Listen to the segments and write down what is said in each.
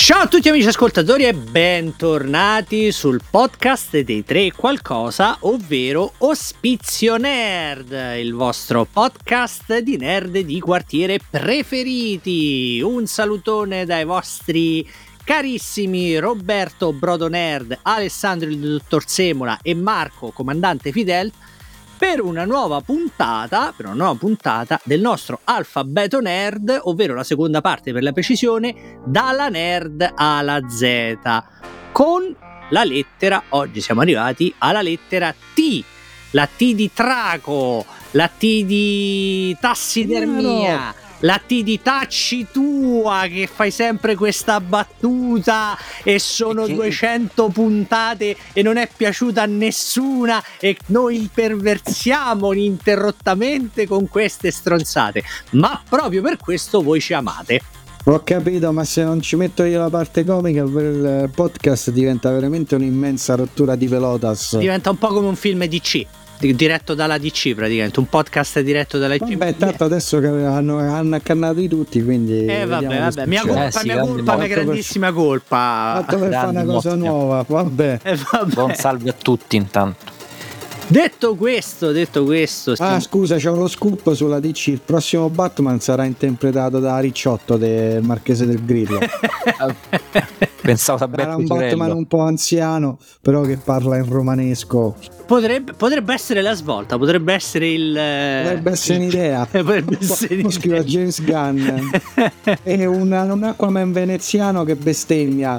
Ciao a tutti amici ascoltatori e bentornati sul podcast dei tre qualcosa, ovvero Ospizio Nerd, il vostro podcast di nerd di quartiere preferiti. Un salutone dai vostri carissimi Roberto Brodo Nerd, Alessandro il Dottor Semola e Marco Comandante Fidel per una nuova puntata del nostro Alfabeto Nerd, ovvero la seconda parte per la precisione, dalla nerd alla Z, con la lettera, oggi siamo arrivati alla lettera T, la T di Traco, la T di tassidermia, la T di tacci tua che fai sempre questa battuta e sono 200 puntate e non è piaciuta a nessuna e noi imperversiamo ininterrottamente con queste stronzate, ma proprio per questo voi ci amate. Ho capito, ma se non ci metto io la parte comica il podcast diventa veramente un'immensa rottura di pelotas. Diventa un po' come un film DC diretto dalla DC, praticamente un podcast diretto dalla DC. Vabbè, tanto adesso che hanno accannato tutti, quindi vabbè, mia colpa, mia grandissima colpa. Fatto per fare una cosa nuova, vabbè. Buon salve a tutti intanto. Detto questo scusa, c'è uno scoop sulla DC. Il prossimo Batman sarà interpretato da Ricciotto del Marchese del Grillo. Pensavo da Era un Batman un po' anziano, però che parla in romanesco. Potrebbe essere la svolta, potrebbe essere un'idea. Scrive a James Gunn. E un Aquaman veneziano che bestemmia.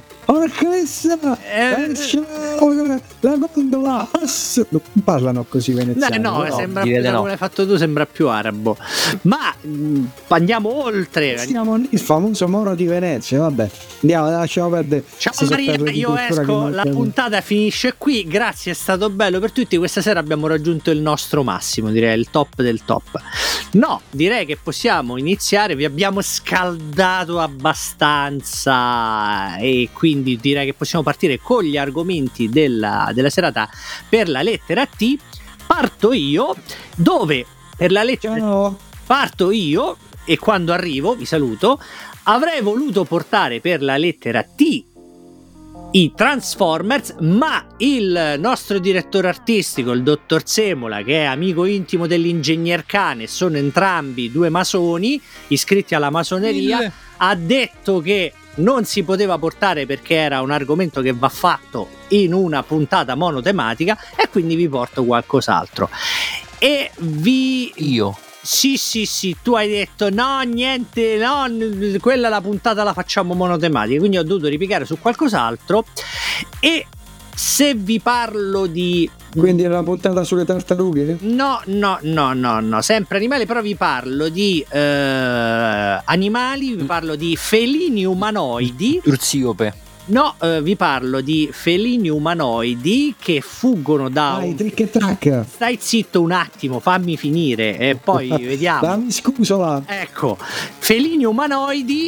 La gondola. Non parlano così veneziani. No, sembra come l'hai fatto tu, sembra più arabo. Ma andiamo oltre. Siamo il famoso Moro di Venezia. Vabbè, andiamo, lasciamo perdere. Ciao Maria, io esco, la puntata finisce qui. Grazie, è stato bello per tutti. Questa sera abbiamo raggiunto il nostro massimo, direi il top del top. No, direi che possiamo iniziare. Vi abbiamo scaldato abbastanza e quindi direi che possiamo partire con gli argomenti della serata. Per la lettera T parto io, dove per la lettera parto io e quando arrivo vi saluto. Avrei voluto portare per la lettera T i Transformers, ma il nostro direttore artistico, il Dottor Semola, che è amico intimo dell'ingegner Cane, sono entrambi due masoni iscritti alla masoneria, ha detto che non si poteva portare perché era un argomento che va fatto in una puntata monotematica e quindi vi porto qualcos'altro. E Io? Sì, tu hai detto no, niente, no, quella la puntata la facciamo monotematica, quindi ho dovuto ripiegare su qualcos'altro. E se vi parlo di... Quindi è la puntata sulle tartarughe? No, sempre animali, però vi parlo di animali, vi parlo di felini umanoidi. Urziope. No, vi parlo di felini umanoidi che fuggono da Trick e Track. Stai zitto un attimo, fammi finire e poi vediamo. Dammi scusola. Ecco, felini umanoidi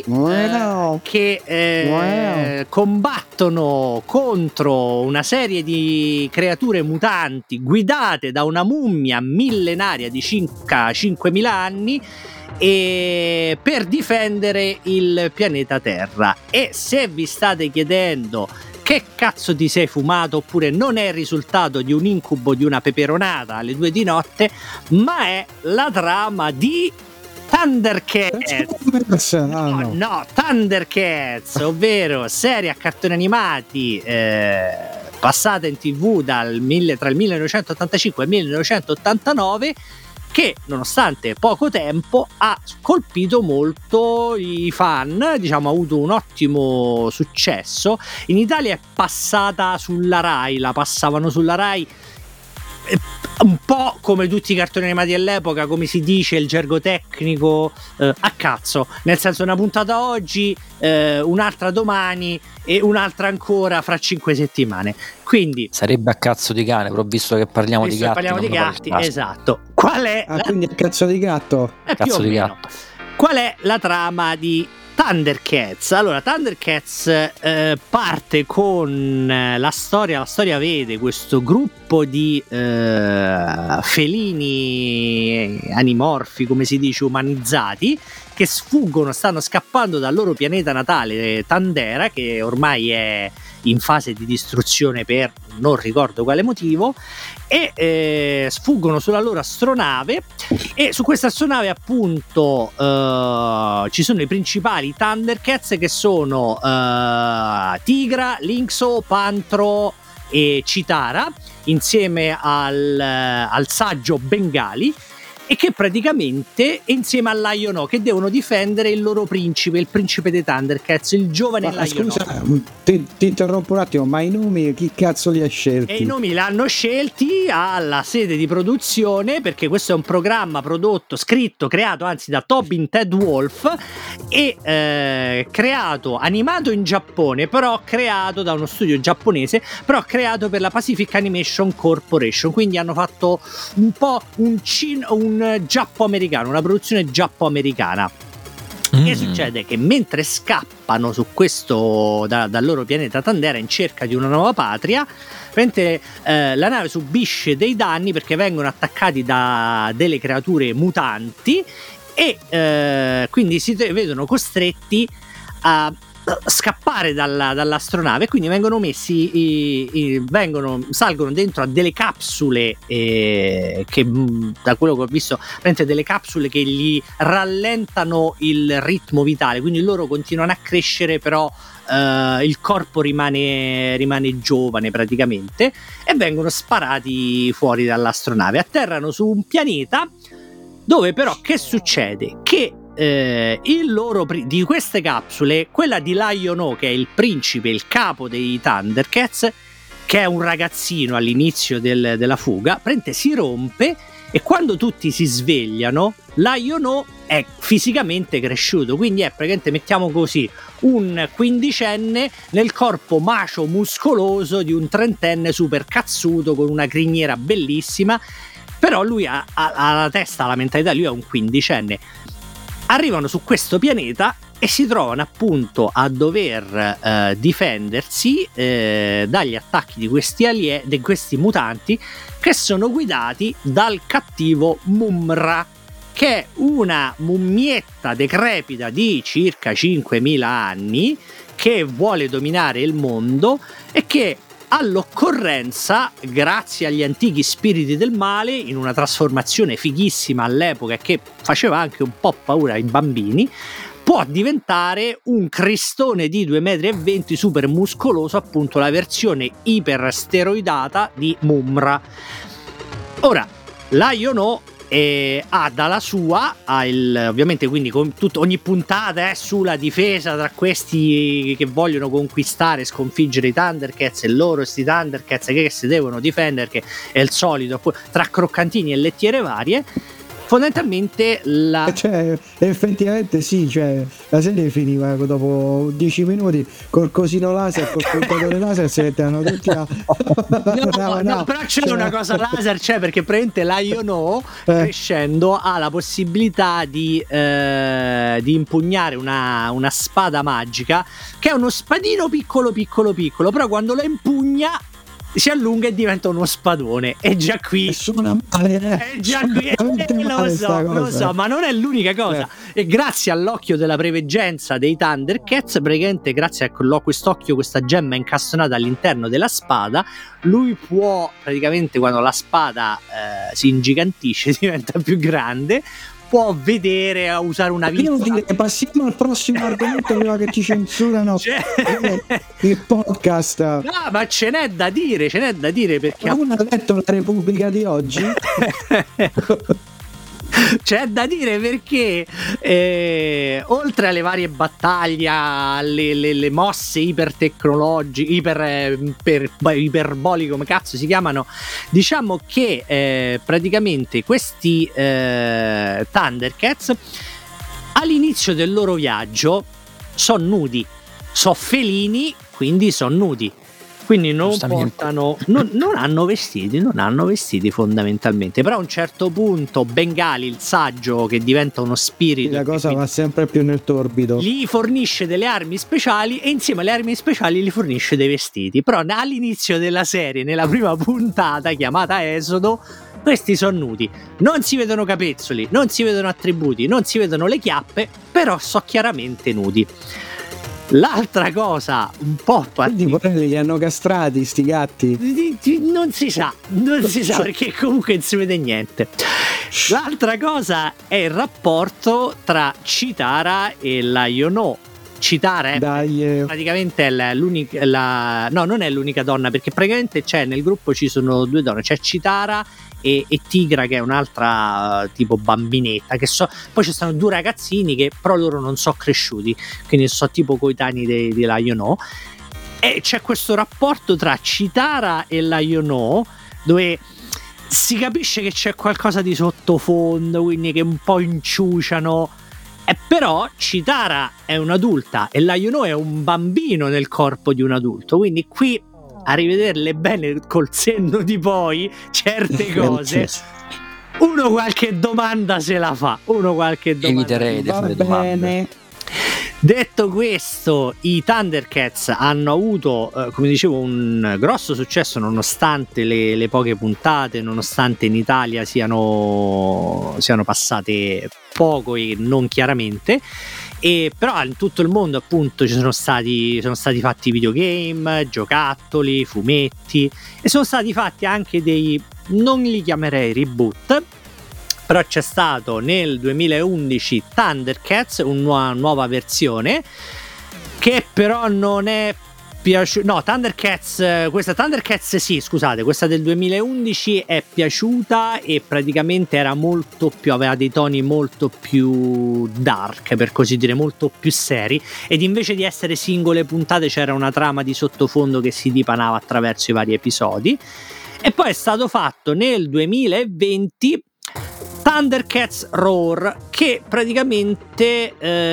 che combattono contro una serie di creature mutanti guidate da una mummia millenaria di circa 5.000 anni e per difendere il pianeta Terra. E se vi state chiedendo che cazzo ti sei fumato, oppure non è il risultato di un incubo di una peperonata alle 2 di notte, ma è la trama di Thundercats. No, Thundercats, ovvero serie a cartoni animati passata in TV tra il 1985 e il 1989, che nonostante poco tempo ha colpito molto i fan, diciamo ha avuto un ottimo successo. In Italia è passata sulla Rai, la passavano sulla Rai un po' come tutti i cartoni animati dell'epoca, come si dice il gergo tecnico, a cazzo, nel senso una puntata oggi, un'altra domani e un'altra ancora fra 5 settimane. Quindi sarebbe a cazzo di cane, però visto che parliamo di gatti, esatto. Qual è quindi a cazzo di gatto? Cazzo di gatto. Qual è la trama di Thundercats? Allora, Thundercats parte con la storia vede questo gruppo di felini animorfi, come si dice, umanizzati, che stanno scappando dal loro pianeta natale Thundera, che ormai è in fase di distruzione per non ricordo quale motivo, e sfuggono sulla loro astronave, e su questa astronave appunto ci sono i principali Thundercats, che sono Tigra, Lynxo, Pantro e Chitara, insieme al saggio Bengali, e che praticamente insieme a Lion-O, che devono difendere il loro principe, il principe dei Thundercats, il giovane Lion-O. Scusa, ti interrompo un attimo, ma i nomi chi cazzo li ha scelti? E i nomi li hanno scelti alla sede di produzione, perché questo è un programma scritto, creato anzi da Tobin Ted Wolf, e creato, animato in Giappone, però creato da uno studio giapponese, però creato per la Pacific Animation Corporation, quindi hanno fatto un po' un giappo-americano, una produzione giappo-americana. Che succede? Che mentre scappano su questo dal loro pianeta Thundera in cerca di una nuova patria, la nave subisce dei danni perché vengono attaccati da delle creature mutanti, e quindi si vedono costretti a scappare dall'astronave, quindi vengono salgono dentro a delle capsule che, da quello che ho visto, delle capsule che gli rallentano il ritmo vitale, quindi loro continuano a crescere, però il corpo rimane giovane praticamente, e vengono sparati fuori dall'astronave, atterrano su un pianeta dove però che succede? Che il loro di queste capsule, quella di Lion-O, che è il principe, il capo dei Thundercats, che è un ragazzino all'inizio della fuga, si rompe, e quando tutti si svegliano Lion-O è fisicamente cresciuto, quindi è praticamente, mettiamo così, un quindicenne nel corpo macio muscoloso di un trentenne super cazzuto con una criniera bellissima, però lui ha la testa, la mentalità, lui è un quindicenne. Arrivano su questo pianeta e si trovano appunto a dover difendersi dagli attacchi di questi mutanti, che sono guidati dal cattivo Mumra, che è una mummietta decrepita di circa 5.000 anni che vuole dominare il mondo, e che all'occorrenza, grazie agli antichi spiriti del male, in una trasformazione fighissima all'epoca che faceva anche un po' paura ai bambini, può diventare un cristone di 2,20 metri super muscoloso, appunto la versione iper steroidata di Mumra. Ora, Lion-O ha dalla sua, ovviamente, quindi ogni puntata è sulla difesa tra questi che vogliono conquistare, sconfiggere i Thundercats, e loro sti Thundercats che si devono difendere, che è il solito, tra croccantini e lettiere varie. Fondamentalmente cioè, effettivamente sì, cioè, la serie finiva dopo 10 minuti col cosino laser, col puntatore laser, si mettevano tutti a... no, però c'è una cosa laser, perché praticamente Lion-O crescendo ha la possibilità di impugnare una spada magica, che è uno spadino piccolo, però quando la impugna si allunga e diventa uno spadone, e già qui suona male, è già qui lo so, ma non è l'unica cosa. E grazie all'occhio della preveggenza dei Thundercats, praticamente grazie a quest'occhio, questa gemma incastonata all'interno della spada, lui può praticamente, quando la spada si ingigantisce, diventa più grande, può vedere, a usare una vista. Passiamo al prossimo argomento prima che ci censurano il podcast. No, ma ce n'è da dire, perché uno ha letto La Repubblica di oggi. C'è da dire perché oltre alle varie battaglie, alle mosse ipertecnologiche, iperboli, come cazzo si chiamano, diciamo che praticamente questi Thundercats all'inizio del loro viaggio sono nudi, sono felini, quindi sono nudi. Quindi non hanno vestiti fondamentalmente, però a un certo punto Bengali, il saggio, che diventa uno spirito, la cosa va sempre più nel torbido, gli fornisce delle armi speciali, e insieme alle armi speciali gli fornisce dei vestiti. Però all'inizio della serie, nella prima puntata chiamata Esodo, questi sono nudi, non si vedono capezzoli, non si vedono attributi, non si vedono le chiappe, però so chiaramente nudi. L'altra cosa un po' quindi poi li hanno castrati sti gatti? Non si sa perché comunque non si vede niente. L'altra cosa è il rapporto tra Chitara e la Yono. Chitara praticamente è l'unica, no, non è l'unica donna, perché praticamente c'è nel gruppo, ci sono due donne, c'è Chitara e Tigra, che è un'altra tipo bambinetta, poi ci stanno due ragazzini che però loro non sono cresciuti, quindi sono tipo coetanei della Yono, e c'è questo rapporto tra Chitara e la Yono dove si capisce che c'è qualcosa di sottofondo, quindi che un po' inciuciano. Però Chitara è un'adulta e la Yono è un bambino nel corpo di un adulto, quindi qui a rivederle bene col senno di poi certe cose, uno qualche domanda se la fa, eviterei di fare domande. Detto questo, i Thundercats hanno avuto, come dicevo, un grosso successo nonostante le poche puntate, nonostante in Italia siano passate poco e non chiaramente, e però in tutto il mondo appunto sono stati fatti videogame, giocattoli, fumetti, e sono stati fatti anche non li chiamerei reboot, però c'è stato nel 2011 Thundercats, una nuova versione che però non è piaciuta. No, Thundercats sì, scusate, questa del 2011 è piaciuta e praticamente aveva dei toni molto più dark, per così dire, molto più seri, ed invece di essere singole puntate c'era una trama di sottofondo che si dipanava attraverso i vari episodi. E poi è stato fatto nel 2020 Thundercats Roar, che praticamente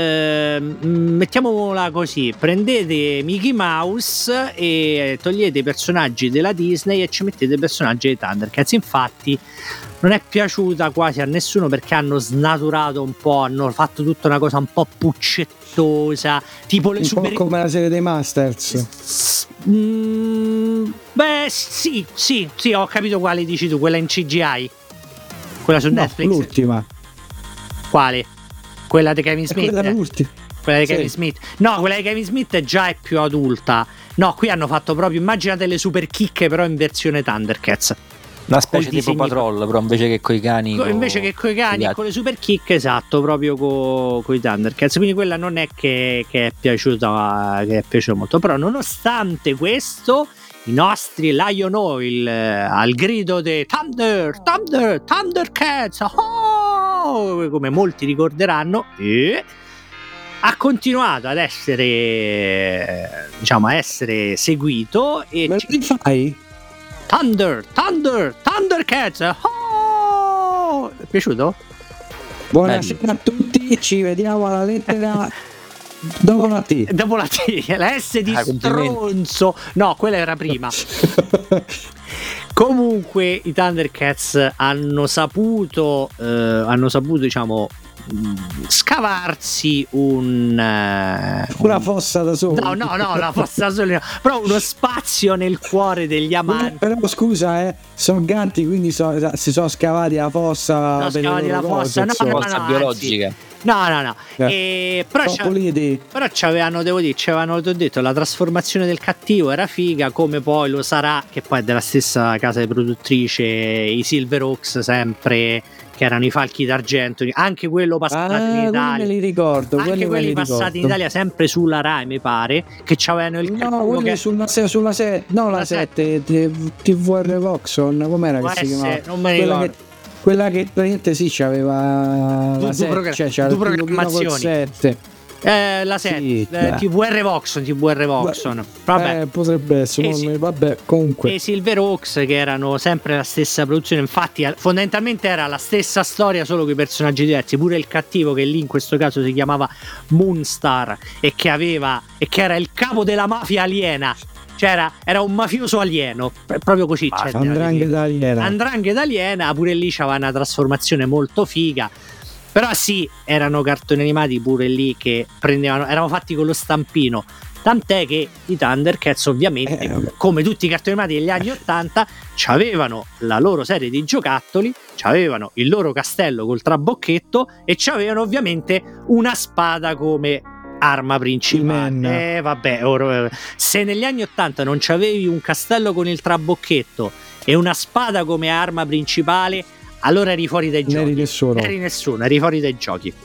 mettiamola così, prendete Mickey Mouse e togliete i personaggi della Disney e ci mettete i personaggi dei Thundercats. Infatti non è piaciuta quasi a nessuno perché hanno snaturato un po', hanno fatto tutta una cosa un po' puccettosa, tipo le un po' come la serie dei Masters. Beh sì, ho capito quale dici tu, quella in CGI. Quella su Netflix? L'ultima. Quale? Quella di Kevin Smith? Quella di Kevin Smith? No, quella di Kevin Smith già è più adulta. No, qui hanno fatto proprio, immaginate le super chicche però in versione Thundercats. Una specie di Paw Patrol, però invece che coi cani. Invece che coi cani e con le super chicche, esatto, proprio coi Thundercats. Quindi quella non è che è piaciuta molto. Però nonostante questo, i nostri Lion Oil al grido di Thundercats, oh! Come molti ricorderanno, ha continuato ad essere, a essere seguito. E me lo fai? Thundercats, oh! È piaciuto? Buonasera a tutti, ci vediamo alla lettera dopo la T. La S di stronzo. No, quella era prima. Comunque i Thundercats hanno saputo scavarsi una fossa da solo. No, la fossa da solo, però uno spazio nel cuore degli amanti. Però scusa, sono gatti, quindi si sono scavati la fossa. Fossa biologica. No. Però c'avevano detto, la trasformazione del cattivo era figa, come poi lo sarà, che poi è della stessa casa di produttrice, i Silverhawks, sempre, che erano i falchi d'argento, anche quello passato in Italia. Me li ricordo, anche quelli passati in Italia, sempre sulla Rai, mi pare, che c'avevano il quelli sulla 7, TVR Voxon, com'era che si chiamava? Non me ne ricordo. Quella che praticamente sì, c'aveva la 7, c'era il programmazioni. 7. La 7, sì, TVR Voxon. Vabbè, potrebbe essere, vabbè, comunque. E Silverhawks, che erano sempre la stessa produzione, infatti fondamentalmente era la stessa storia, solo con i personaggi diversi. Pure il cattivo, che lì in questo caso si chiamava Moonstar e che era il capo della mafia aliena. Cioè era un mafioso alieno, proprio così. Andrangheta aliena, pure lì c'aveva una trasformazione molto figa. Però sì, erano cartoni animati pure lì che erano fatti con lo stampino, tant'è che i Thundercats ovviamente come tutti i cartoni animati degli anni 80 c'avevano la loro serie di giocattoli, c'avevano il loro castello col trabocchetto e c'avevano ovviamente una spada come arma principale. Vabbè, se negli anni 80 non c'avevi un castello con il trabocchetto e una spada come arma principale, allora eri fuori dai giochi. Eri fuori dai giochi.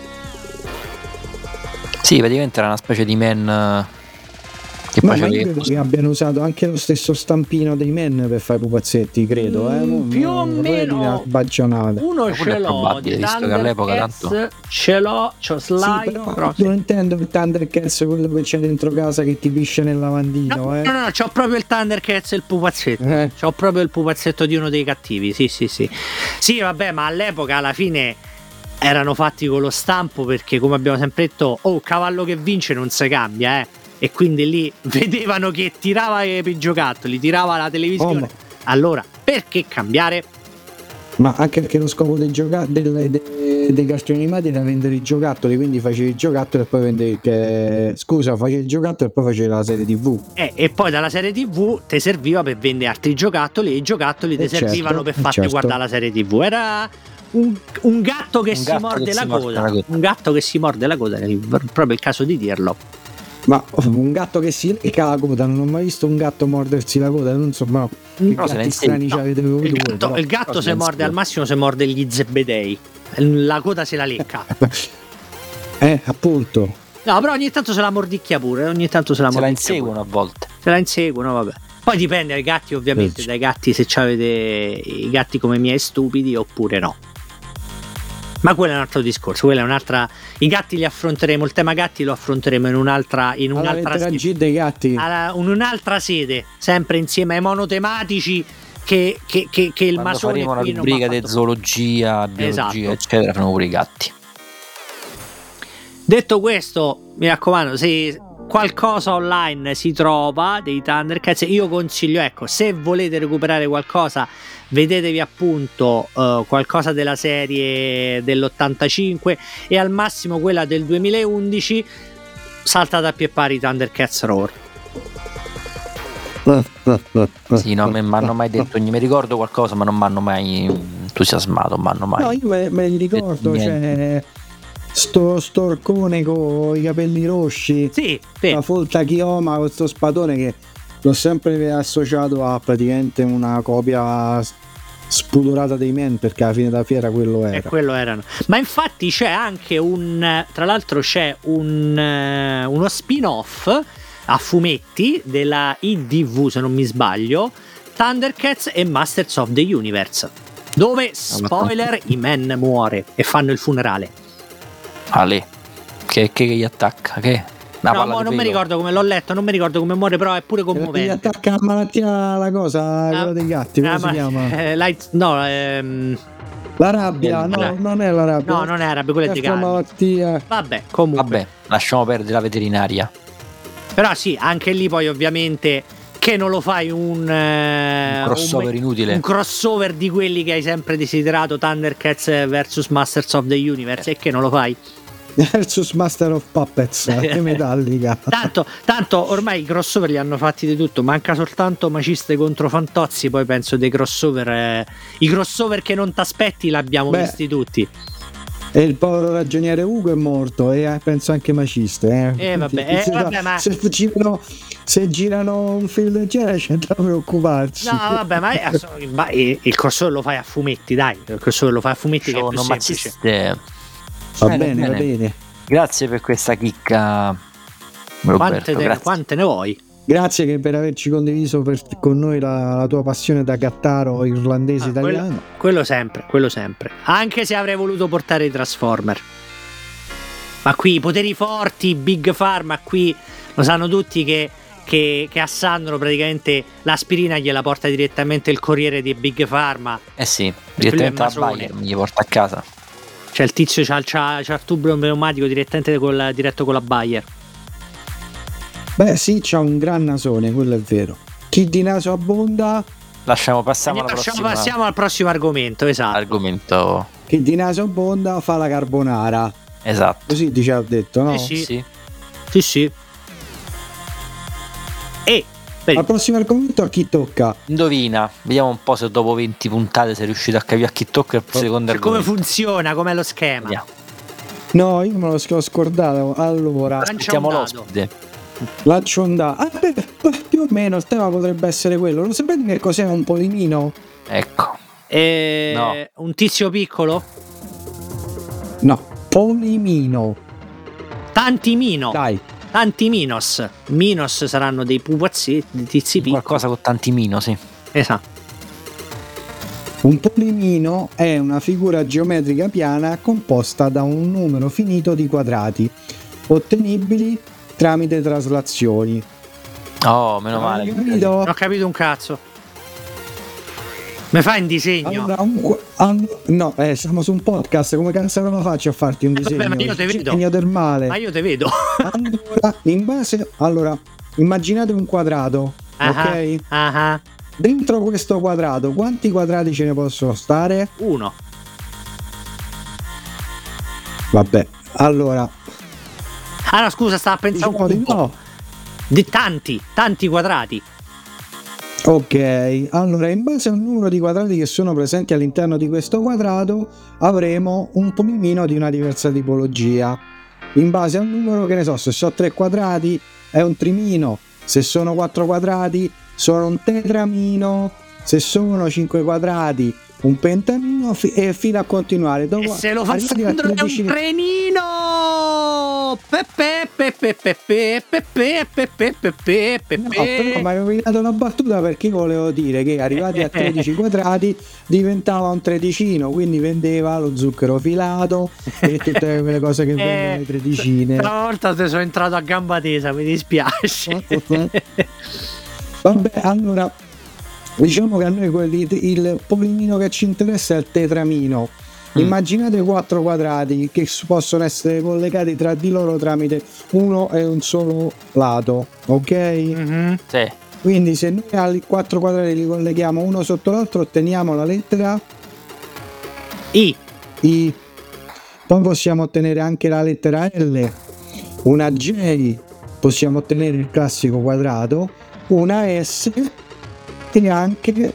Sì, praticamente era una specie di man che ma io credo che abbiano usato anche lo stesso stampino dei men per fare i pupazzetti, credo. Più o meno uno ce l'ho, visto che all'epoca tanto c'ho Sly, però non intendo il Thundercats quello che c'è dentro casa che ti piscia nel lavandino. No, c'ho proprio il Thundercats e il pupazzetto. C'ho proprio il pupazzetto di uno dei cattivi. Sì, vabbè, ma all'epoca alla fine erano fatti con lo stampo, perché come abbiamo sempre detto, cavallo che vince non si cambia, e quindi lì vedevano che tirava i giocattoli, tirava la televisione, allora perché cambiare? Ma anche perché lo scopo dei cartoni animati era vendere i giocattoli, quindi facevi il giocattolo e poi facevi il giocattolo e poi facevi la serie TV, e poi dalla serie TV ti serviva per vendere altri giocattoli e i giocattoli ti servivano per farti guardare la serie TV. Era un gatto che si morde la coda. Un gatto che si morde la coda, è proprio il caso di dirlo. Ma un gatto che si lecca la coda, non ho mai visto un gatto mordersi la coda, non so, ma che gatti strani avete avuto. Il gatto se morde, al massimo se morde gli zebedei, la coda se la lecca. Appunto. No, però ogni tanto se la mordicchia pure, se la inseguono a volte. Se la inseguono, vabbè. Poi dipende dai gatti, ovviamente, dai gatti, se avete i gatti come miei stupidi oppure no. Ma quello è un altro discorso, quella è un'altra. I gatti li affronteremo, il tema gatti lo affronteremo in un'altra G dei gatti. In un'altra sede, sempre insieme ai monotematici che il quando masone faremo una rubrica di zoologia, biologia, eccetera, faremo pure i gatti. Detto questo, mi raccomando, se qualcosa online si trova dei Thundercats, io consiglio, se volete recuperare qualcosa, vedetevi appunto qualcosa della serie dell'85 e al massimo quella del 2011, saltate a pie pari Thundercats Roar. Sì, no, mi hanno mai detto, mi ricordo qualcosa, ma non mi hanno mai entusiasmato, No, io me li ricordo, sto storcone con i capelli rossi, la folta chioma con sto spadone che l'ho sempre associato a praticamente una copia spudorata dei Men, perché alla fine della fiera quello era. E quello erano. Ma infatti c'è anche tra l'altro c'è uno spin-off a fumetti della IDV, se non mi sbaglio, Thundercats e Masters of the Universe, dove, spoiler, i Men muore e fanno il funerale. Ale, che gli attacca? Che? No, non mi ricordo come l'ho letto, non mi ricordo come muore, però è pure commovente. Gli attacca la malattia, la cosa, quella degli gatti, come si chiama? La rabbia, no, non è la rabbia. No, non è la rabbia, quella è di malattia. Vabbè, comunque. Vabbè, lasciamo perdere la veterinaria. Però sì, anche lì poi ovviamente che non lo fai un crossover inutile. Un crossover di quelli che hai sempre desiderato, Thundercats vs Masters of the Universe, e che non lo fai? Versus Master of Puppets e Metallica. Tanto ormai i crossover li hanno fatti di tutto, manca soltanto Maciste contro Fantozzi. Poi penso dei crossover, i crossover che non t'aspetti l'abbiamo visti tutti. E il povero ragioniere Ugo è morto, e penso anche Maciste. Vabbè, ma se girano un film del genere c'è da preoccuparsi. No, vabbè, ma il crossover lo fai a fumetti, dai. Il crossover lo fai a fumetti, che è più semplice. Va bene. Grazie per questa chicca, Roberto. Quante ne vuoi? Grazie per averci condiviso con noi la tua passione da gattaro irlandese italiano. Quello sempre. Anche se avrei voluto portare i Transformer. Ma qui i poteri forti, Big Pharma, qui lo sanno tutti che a Sandro praticamente l'aspirina gliela porta direttamente il corriere di Big Pharma. Sì, direttamente a Bayer, mi porta a casa. Cioè il tizio c'ha il tubo pneumatico diretto con la Bayer. Beh sì, c'ha un gran nasone, quello è vero. Chi di naso abbonda. Passiamo al prossimo argomento, esatto. Chi di naso abbonda fa la carbonara. Esatto. Così diceva detto, no? Sì. E al prossimo argomento a chi tocca? Indovina, vediamo un po' se dopo 20 puntate sei riuscito a capire a chi tocca il secondo argomento. Come funziona, com'è lo schema? Vediamo. No, io me lo scordato. Allora, aspettiamo l'ospite. Lancio un dado. Più o meno il tema potrebbe essere quello. Lo sapete che cos'è un polimino? Ecco. No. Un tizio piccolo? No, polimino. Tantimino. Dai. Tanti minos. Minos saranno dei pupazzetti, dei tizi piccoli. Qualcosa con tanti mino, sì. Esatto. Un polimino è una figura geometrica piana composta da un numero finito di quadrati, ottenibili tramite traslazioni. Oh, meno male. Non ho capito un cazzo. Mi fai un disegno? No, siamo su un podcast, come cazzo non faccio a farti un disegno? Vabbè, ma io te vedo. Genio del male. Ma io te vedo. Allora, immaginate un quadrato, ok? Dentro questo quadrato, quanti quadrati ce ne possono stare? 1. Vabbè, allora. Ah no, scusa, stavo pensando di tanti quadrati. Ok, allora in base al numero di quadrati che sono presenti all'interno di questo quadrato avremo un polimino di una diversa tipologia. In base al numero, che ne so, se sono 3 quadrati è un trimino, se sono 4 quadrati sono un tetramino, se sono 5 quadrati un pentamino e fino a continuare. Dopo, e se lo fa Sandro è un trenino! No, però mi avevi dato una battuta perché volevo dire che arrivati a 13 quadrati diventava un tredicino, quindi vendeva lo zucchero filato e tutte quelle cose che vendono le tredicine. Stavolta te sono entrato a gamba tesa, mi dispiace. Vabbè, allora diciamo che a noi il polimino che ci interessa è il tetramino. Immaginate 4 quadrati che possono essere collegati tra di loro tramite uno e un solo lato, ok? Sì. Quindi se noi ai 4 quadrati li colleghiamo uno sotto l'altro otteniamo la lettera I. Poi possiamo ottenere anche la lettera L, una J, possiamo ottenere il classico quadrato, una S e anche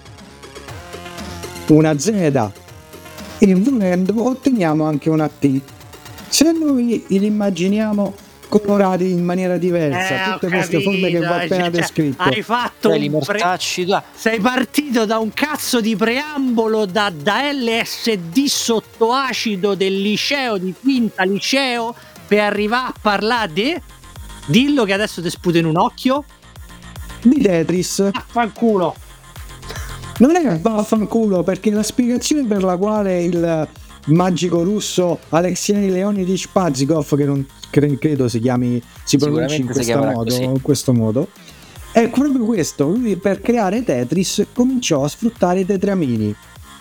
una Z. E volendo otteniamo anche una T. Se noi li immaginiamo colorati in maniera diversa, tutte queste forme che vi ho appena descritto, hai fatto sei partito da un cazzo di preambolo da LSD sottoacido del liceo di quinta liceo per arrivare a parlare dillo che adesso ti sputo in un occhio di Tetris. Affanculo. Non è vaffanculo, perché la spiegazione per la quale il magico russo Alexei Leonidovich Pazikov, che non credo si pronunci in questo modo, è proprio questo. Lui per creare Tetris cominciò a sfruttare i tetramini.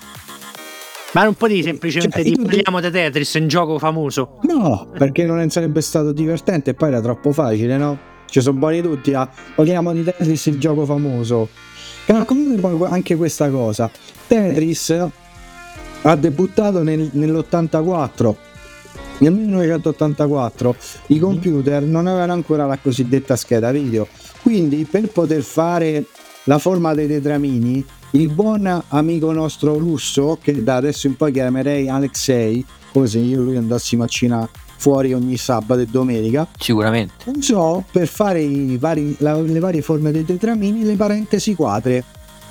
Ma non può dire semplicemente parliamo di Tetris, un gioco famoso? No, perché non sarebbe stato divertente e poi era troppo facile, no? Ci sono buoni tutti, parliamo di Tetris, il gioco famoso. Calcolate poi anche questa cosa. Tetris ha debuttato nell'84. Nel 1984 i computer non avevano ancora la cosiddetta scheda video, quindi per poter fare la forma dei tetramini il buon amico nostro russo, che da adesso in poi chiamerei Alexei, come se io e lui andassimo a cena fuori ogni sabato e domenica, sicuramente usò per fare le varie forme dei tetramini le parentesi quadre.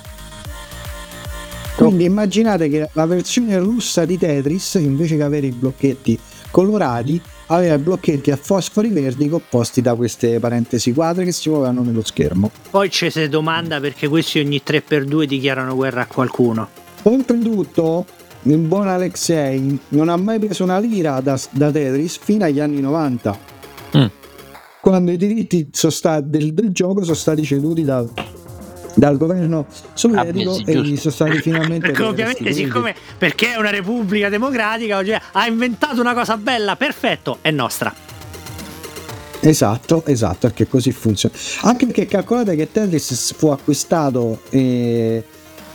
Quindi immaginate che la versione russa di Tetris, invece che avere i blocchetti colorati, aveva i blocchetti a fosfori verdi composti da queste parentesi quadre che si muovevano nello schermo. Poi ci si domanda perché questi ogni 3x2 dichiarano guerra a qualcuno. Oltretutto il buon Alexei non ha mai preso una lira da Tetris fino agli anni 90, quando i diritti del gioco sono stati ceduti dal governo sovietico e gli sono stati finalmente perché ovviamente siccome perché è una repubblica democratica, cioè, ha inventato una cosa bella, perfetto, è nostra. Esatto, perché così funziona. Anche perché calcolate che Tetris fu acquistato e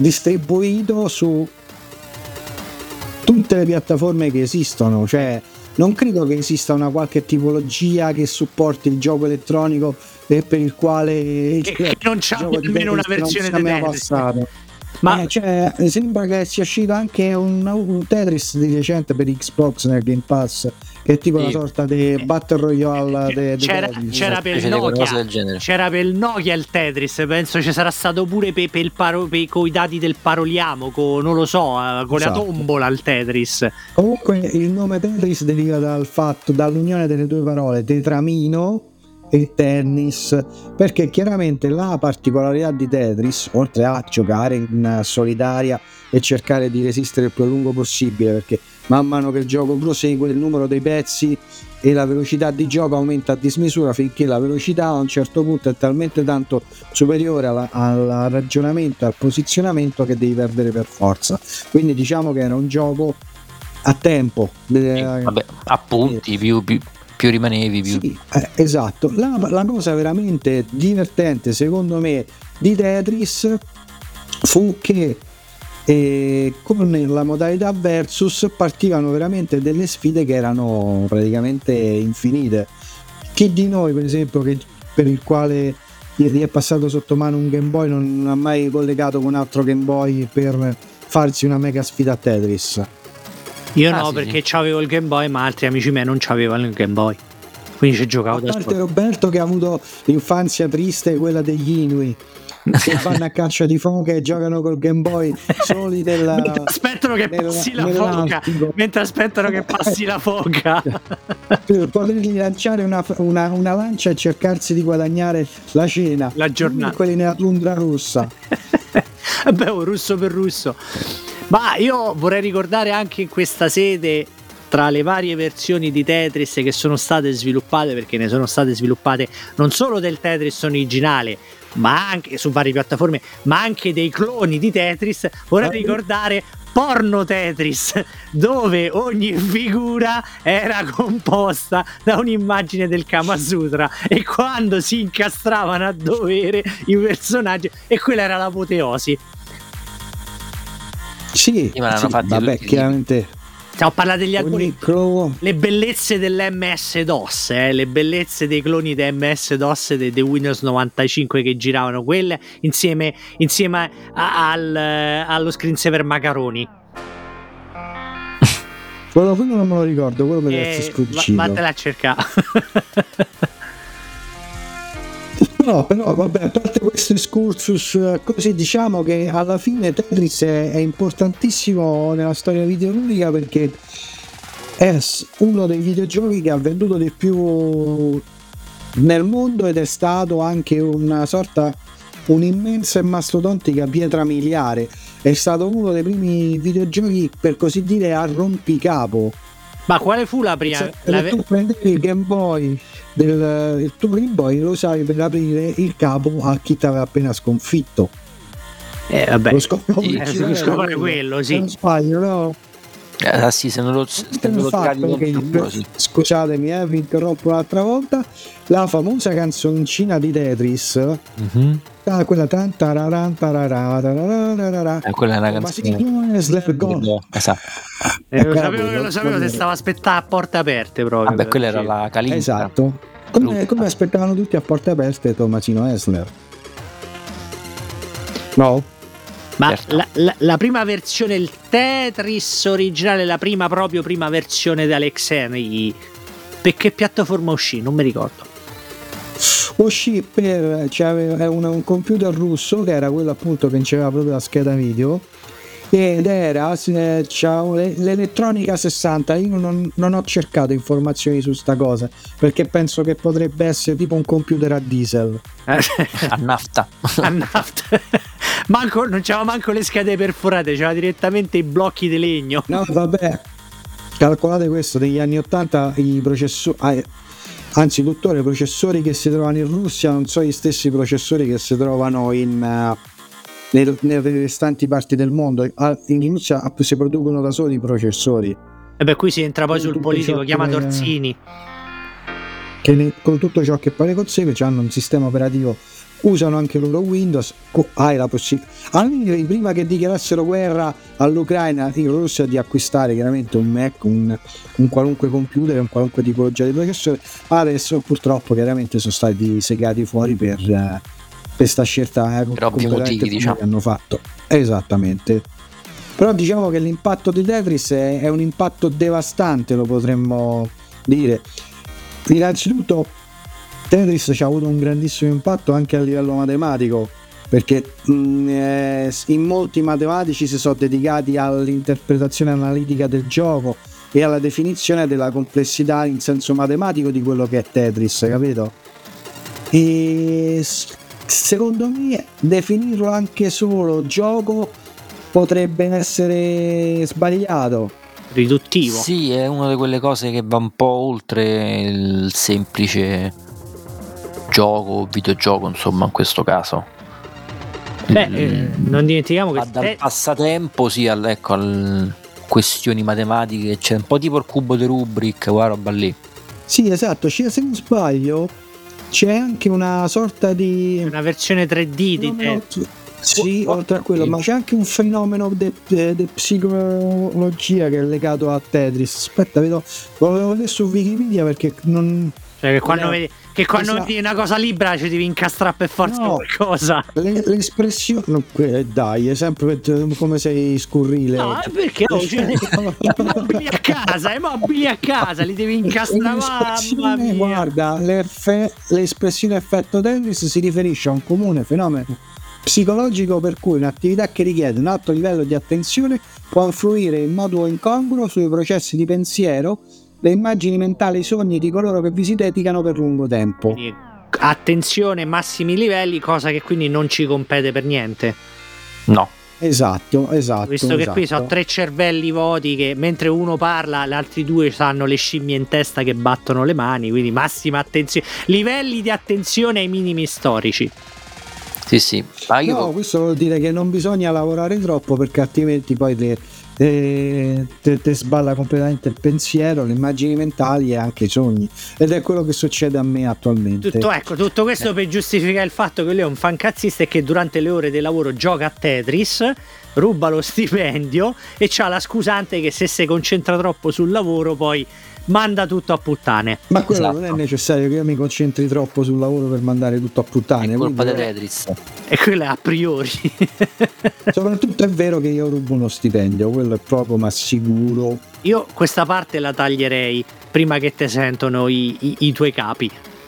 distribuito su tutte le piattaforme che esistono, cioè non credo che esista una qualche tipologia che supporti il gioco elettronico e per il quale che non c'ha nemmeno una versione di Tetris. Ma sembra che sia uscito anche un Tetris di recente per Xbox nel Game Pass, che è tipo una sorta di Battle Royale. C'era per il Nokia, c'era per il Nokia il Tetris, penso ci sarà stato pure con i dati del Paroliamo, non lo so, con la tombola il Tetris. Comunque il nome Tetris deriva dall'unione delle due parole tetramino e tennis, perché chiaramente la particolarità di Tetris, oltre a giocare in solitaria e cercare di resistere il più a lungo possibile, perché man mano che il gioco prosegue il numero dei pezzi e la velocità di gioco aumenta a dismisura, finché la velocità a un certo punto è talmente tanto superiore al ragionamento, al posizionamento, che devi perdere per forza. Quindi diciamo che era un gioco a tempo, a punti, più rimanevi più. Sì, esatto. La cosa veramente divertente secondo me di Tetris fu che con la modalità versus partivano veramente delle sfide che erano praticamente infinite. Chi di noi, per esempio, per il quale gli è passato sotto mano un Game Boy, non ha mai collegato con un altro Game Boy per farsi una mega sfida a Tetris? Io no, perché c'avevo il Game Boy, ma altri amici miei non c'avevano il Game Boy, quindi ci giocavo da solo. Roberto, che ha avuto l'infanzia triste, quella degli Inuit, che vanno a caccia di foche e giocano col Game Boy soli mentre aspettano che passi la foca, la foca per potergli lanciare una lancia e cercarsi di guadagnare la cena, la giornata, quelli nella tundra russa. Vabbè, russo per russo. Ma io vorrei ricordare anche in questa sede, tra le varie versioni di Tetris che sono state sviluppate, perché ne sono state sviluppate non solo del Tetris originale, ma anche su varie piattaforme, ma anche dei cloni di Tetris, vorrei ricordare Porno Tetris, dove ogni figura era composta da un'immagine del Kama Sutra, e quando si incastravano a dovere i personaggi, e quella era l'apoteosi. Sì, vabbè, chiaramente stiamo parlando degli alcuni, le bellezze dell'MS-DOS, le bellezze dei cloni di MS-DOS dei Windows 95 che giravano quelle insieme allo screensaver Macaroni. Quello non me lo ricordo, quello per essere scucito. Vattela a cercare. No, però vabbè, a parte questo excursus, così diciamo che alla fine Tetris è importantissimo nella storia videoludica, perché è uno dei videogiochi che ha venduto di più nel mondo, ed è stato anche un'immensa e mastodontica pietra miliare. È stato uno dei primi videogiochi, per così dire, a rompicapo. Ma quale fu la prima? Tu prendevi il Game Boy il tuo Game Boy, lo usavi per aprire il capo a chi ti aveva appena sconfitto. Vabbè, lo scopre quello, sì. Non sbaglio, no? Sì, se non lo scusatemi, vi interrompo un'altra volta. La famosa canzoncina di Tetris, quella quella è una canzone. Esatto. Lo sapevo che stava aspettando a porte aperte proprio. Vabbè, quella era la Calinca. Esatto. Come aspettavano tutti a porte aperte Tommasino Esler. No? Ma certo. la prima versione, il Tetris originale, la prima versione di Alexei, per che piattaforma uscì? Non mi ricordo. Uscì c'aveva un computer russo, che era quello appunto che c'aveva proprio la scheda video, ed era l'Elettronica 60. Io non ho cercato informazioni su sta cosa, perché penso che potrebbe essere tipo un computer a diesel, a nafta. Non c'aveva manco le schede perforate, c'aveva direttamente i blocchi di legno. No, vabbè, calcolate questo, negli anni 80 i processori, anzi tuttora i processori che si trovano in Russia non sono gli stessi processori che si trovano nelle restanti parti del mondo. In Russia si producono da soli i processori. E beh, qui si entra poi sul politico chiamato Orsini, che con tutto ciò che pare consegue hanno un sistema operativo usano anche loro Windows, hai la possibilità, prima che dichiarassero guerra all'Ucraina, i russi, di acquistare chiaramente un Mac, un qualunque computer, un qualunque tipologia di processore. Adesso purtroppo chiaramente sono stati segati fuori per questa scelta per ovvi motivi, diciamo, che hanno fatto. Esattamente. Però diciamo che l'impatto di Tetris è un impatto devastante, lo potremmo dire. Innanzitutto Tetris ci ha avuto un grandissimo impatto anche a livello matematico, perché in molti matematici si sono dedicati all'interpretazione analitica del gioco e alla definizione della complessità in senso matematico di quello che è Tetris, capito? E secondo me definirlo anche solo gioco potrebbe essere sbagliato, riduttivo. Sì, è una di quelle cose che va un po' oltre il semplice gioco, videogioco, insomma, in questo caso. Non dimentichiamo che dal passatempo al questioni matematiche, c'è un po' tipo il cubo di Rubik, quella roba lì. Sì, esatto, se non sbaglio c'è anche una sorta di una versione 3D di Tetris. Sì, oltre a quello, ma c'è anche un fenomeno di psicologia che è legato a Tetris. Aspetta, lo avevo vedere su Wikipedia, perché non... Cioè che quando vedi vedi una cosa libera ci devi incastrare per forza qualcosa. L'espressione... dai, è sempre come sei scurrile. No, perché i mobili a casa li devi incastrare. Guarda, l'espressione effetto Tetris si riferisce a un comune fenomeno psicologico per cui un'attività che richiede un alto livello di attenzione può influire in modo incongruo sui processi di pensiero, le immagini mentali, i sogni di coloro che vi si dedicano per lungo tempo. Quindi, attenzione, massimi livelli, cosa che quindi non ci compete per niente. No. Esatto. Visto che qui sono 3 cervelli voti che mentre uno parla, gli altri 2 hanno le scimmie in testa che battono le mani, quindi massima attenzione, livelli di attenzione ai minimi storici. Sì. Questo vuol dire che non bisogna lavorare troppo, perché altrimenti poi te sballa completamente il pensiero, le immagini mentali e anche i sogni, ed è quello che succede a me attualmente. Tutto questo per giustificare il fatto che lui è un fancazzista e che durante le ore di lavoro gioca a Tetris, ruba lo stipendio e c'ha la scusante che se si concentra troppo sul lavoro poi manda tutto a puttane. Ma quello non è necessario che io mi concentri troppo sul lavoro per mandare tutto a puttane. È colpa di Tetris. E quello è a priori. Soprattutto è vero che io rubo uno stipendio, quello è proprio, ma sicuro. Io questa parte la taglierei prima che te sentono i tuoi capi.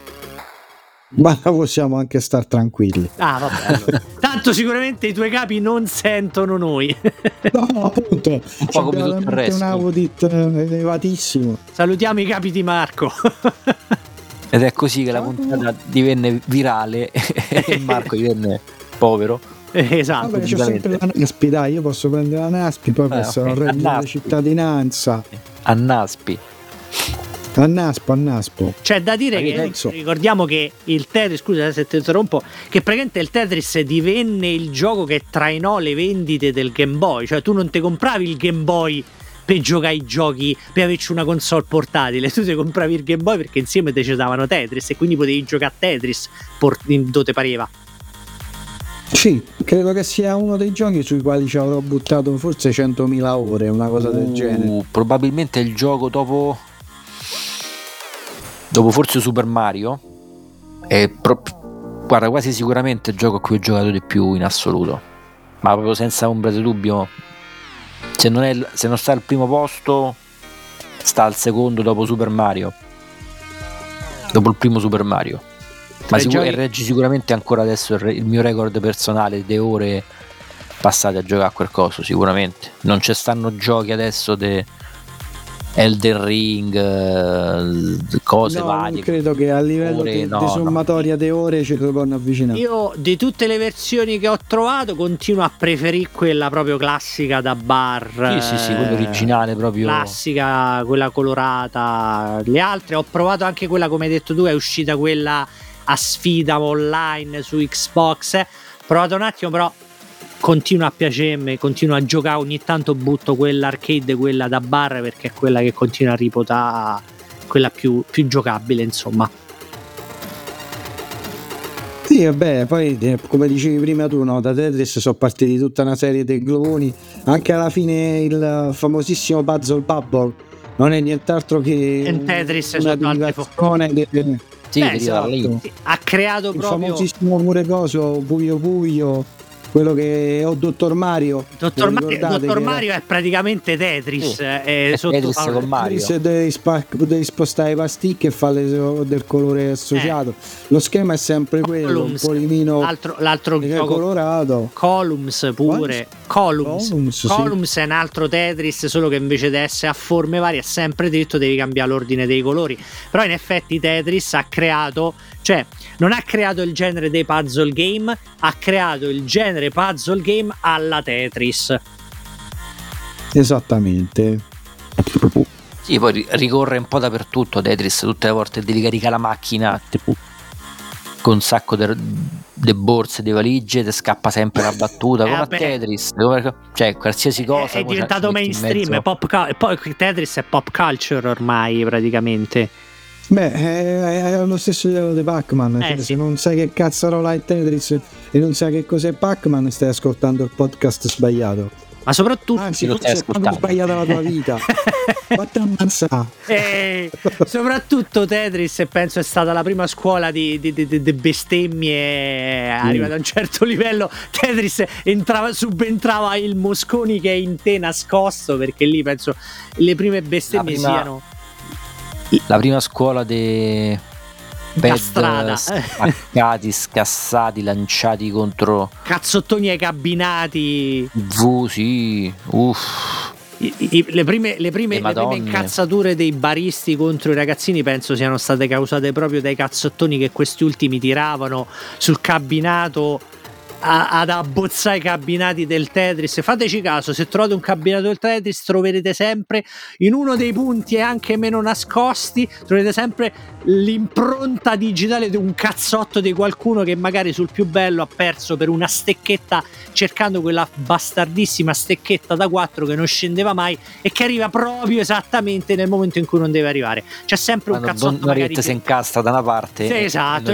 Ma possiamo anche star tranquilli. Vabbè, allora. Tanto sicuramente i tuoi capi non sentono noi. No, appunto, un po' come tutto il resto. Un audit elevatissimo. Salutiamo i capi di Marco. Ed è così che la puntata divenne virale e Marco divenne povero. Esatto. Vabbè, c'è sempre la Naspi, dai, io posso prendere la Naspi, poi posso reddito di cittadinanza. A Naspi. A Naspo. C'è da dire che ricordiamo che il Tetris, scusa se ti interrompo, che praticamente il Tetris divenne il gioco che trainò le vendite del Game Boy. Cioè tu non ti compravi il Game Boy per giocare ai giochi, per averci una console portatile, tu ti compravi il Game Boy perché insieme te ci davano Tetris e quindi potevi giocare a Tetris dove te pareva. Sì, credo che sia uno dei giochi sui quali ci avrò buttato forse 100.000 ore, una cosa del genere. Probabilmente il gioco dopo forse Super Mario è guarda, quasi sicuramente il gioco a cui ho giocato di più in assoluto, ma proprio senza ombra di dubbio. Se non sta al primo posto, sta al secondo dopo Super Mario, dopo il primo Super Mario. Ma reggi sicuramente ancora adesso il mio record personale di ore passate a giocare a quel coso, sicuramente. Non ci stanno giochi adesso Elden Ring, cose varie. Non credo che a livello di sommatoria di ore ci devono avvicinare. Io di tutte le versioni che ho trovato continuo a preferire quella proprio classica da bar. Sì, quella originale proprio. Classica, quella colorata. Le altre ho provato anche quella, come hai detto tu, è uscita quella a sfida online su Xbox. Ho provato un attimo, però continua a piacermi, continuo a giocare, ogni tanto butto quella arcade, quella da bar, perché è quella che continua a ripotare, quella più giocabile, insomma. Sì, vabbè, poi come dicevi prima tu, no, da Tetris sono partiti tutta una serie di globoni, anche alla fine il famosissimo Puzzle Bubble non è nient'altro che Tetris una derivazione esatto. Sì, ha creato il proprio famosissimo pure coso Puyo Puyo, quello che è Dottor Mario. Dottor Mario è praticamente Tetris, Tetris con Mario. Devi spostare i pasticche e farle del colore associato. Lo schema è sempre quello, un polimino l'altro gioco colorato. Columns pure. Columns è un altro Tetris, solo che invece di essere a forme varie è sempre detto devi cambiare l'ordine dei colori. Però in effetti Tetris ha creato, cioè non ha creato il genere dei puzzle game, ha creato il genere puzzle game alla Tetris. Esattamente. Sì, poi ricorre un po' dappertutto Tetris, tutte le volte devi caricare la macchina con un sacco di borse, di valigie, ti scappa sempre la battuta come a Tetris, cioè qualsiasi cosa è diventato mainstream, poi Tetris è pop culture ormai praticamente. Beh, è lo stesso livello di Pac-Man, cioè, se non sai che cazzarola è Tetris e non sai che cos'è Pac-Man, stai ascoltando il podcast sbagliato. Ma soprattutto anzi, forse è proprio sbagliata la tua vita. Fatti ammazzare. Soprattutto Tetris penso è stata la prima scuola di bestemmie arrivata a un certo livello. Tetris subentrava il Mosconi che è in te nascosto, perché lì penso le prime bestemmie siano la prima scuola dei strada, spaccati, scassati, lanciati contro cazzottoni ai cabinati. Sì, Le prime incazzature dei baristi contro i ragazzini penso siano state causate proprio dai cazzottoni che questi ultimi tiravano sul cabinato ad abbozzare i cabinati del Tetris. Fateci caso, se trovate un cabinato del Tetris troverete sempre in uno dei punti e anche meno nascosti, troverete sempre l'impronta digitale di un cazzotto di qualcuno che magari sul più bello ha perso per una stecchetta, cercando quella bastardissima stecchetta da 4 che non scendeva mai e che arriva proprio esattamente nel momento in cui non deve arrivare. C'è sempre un cazzotto magari si incasta da una parte, sì, esatto,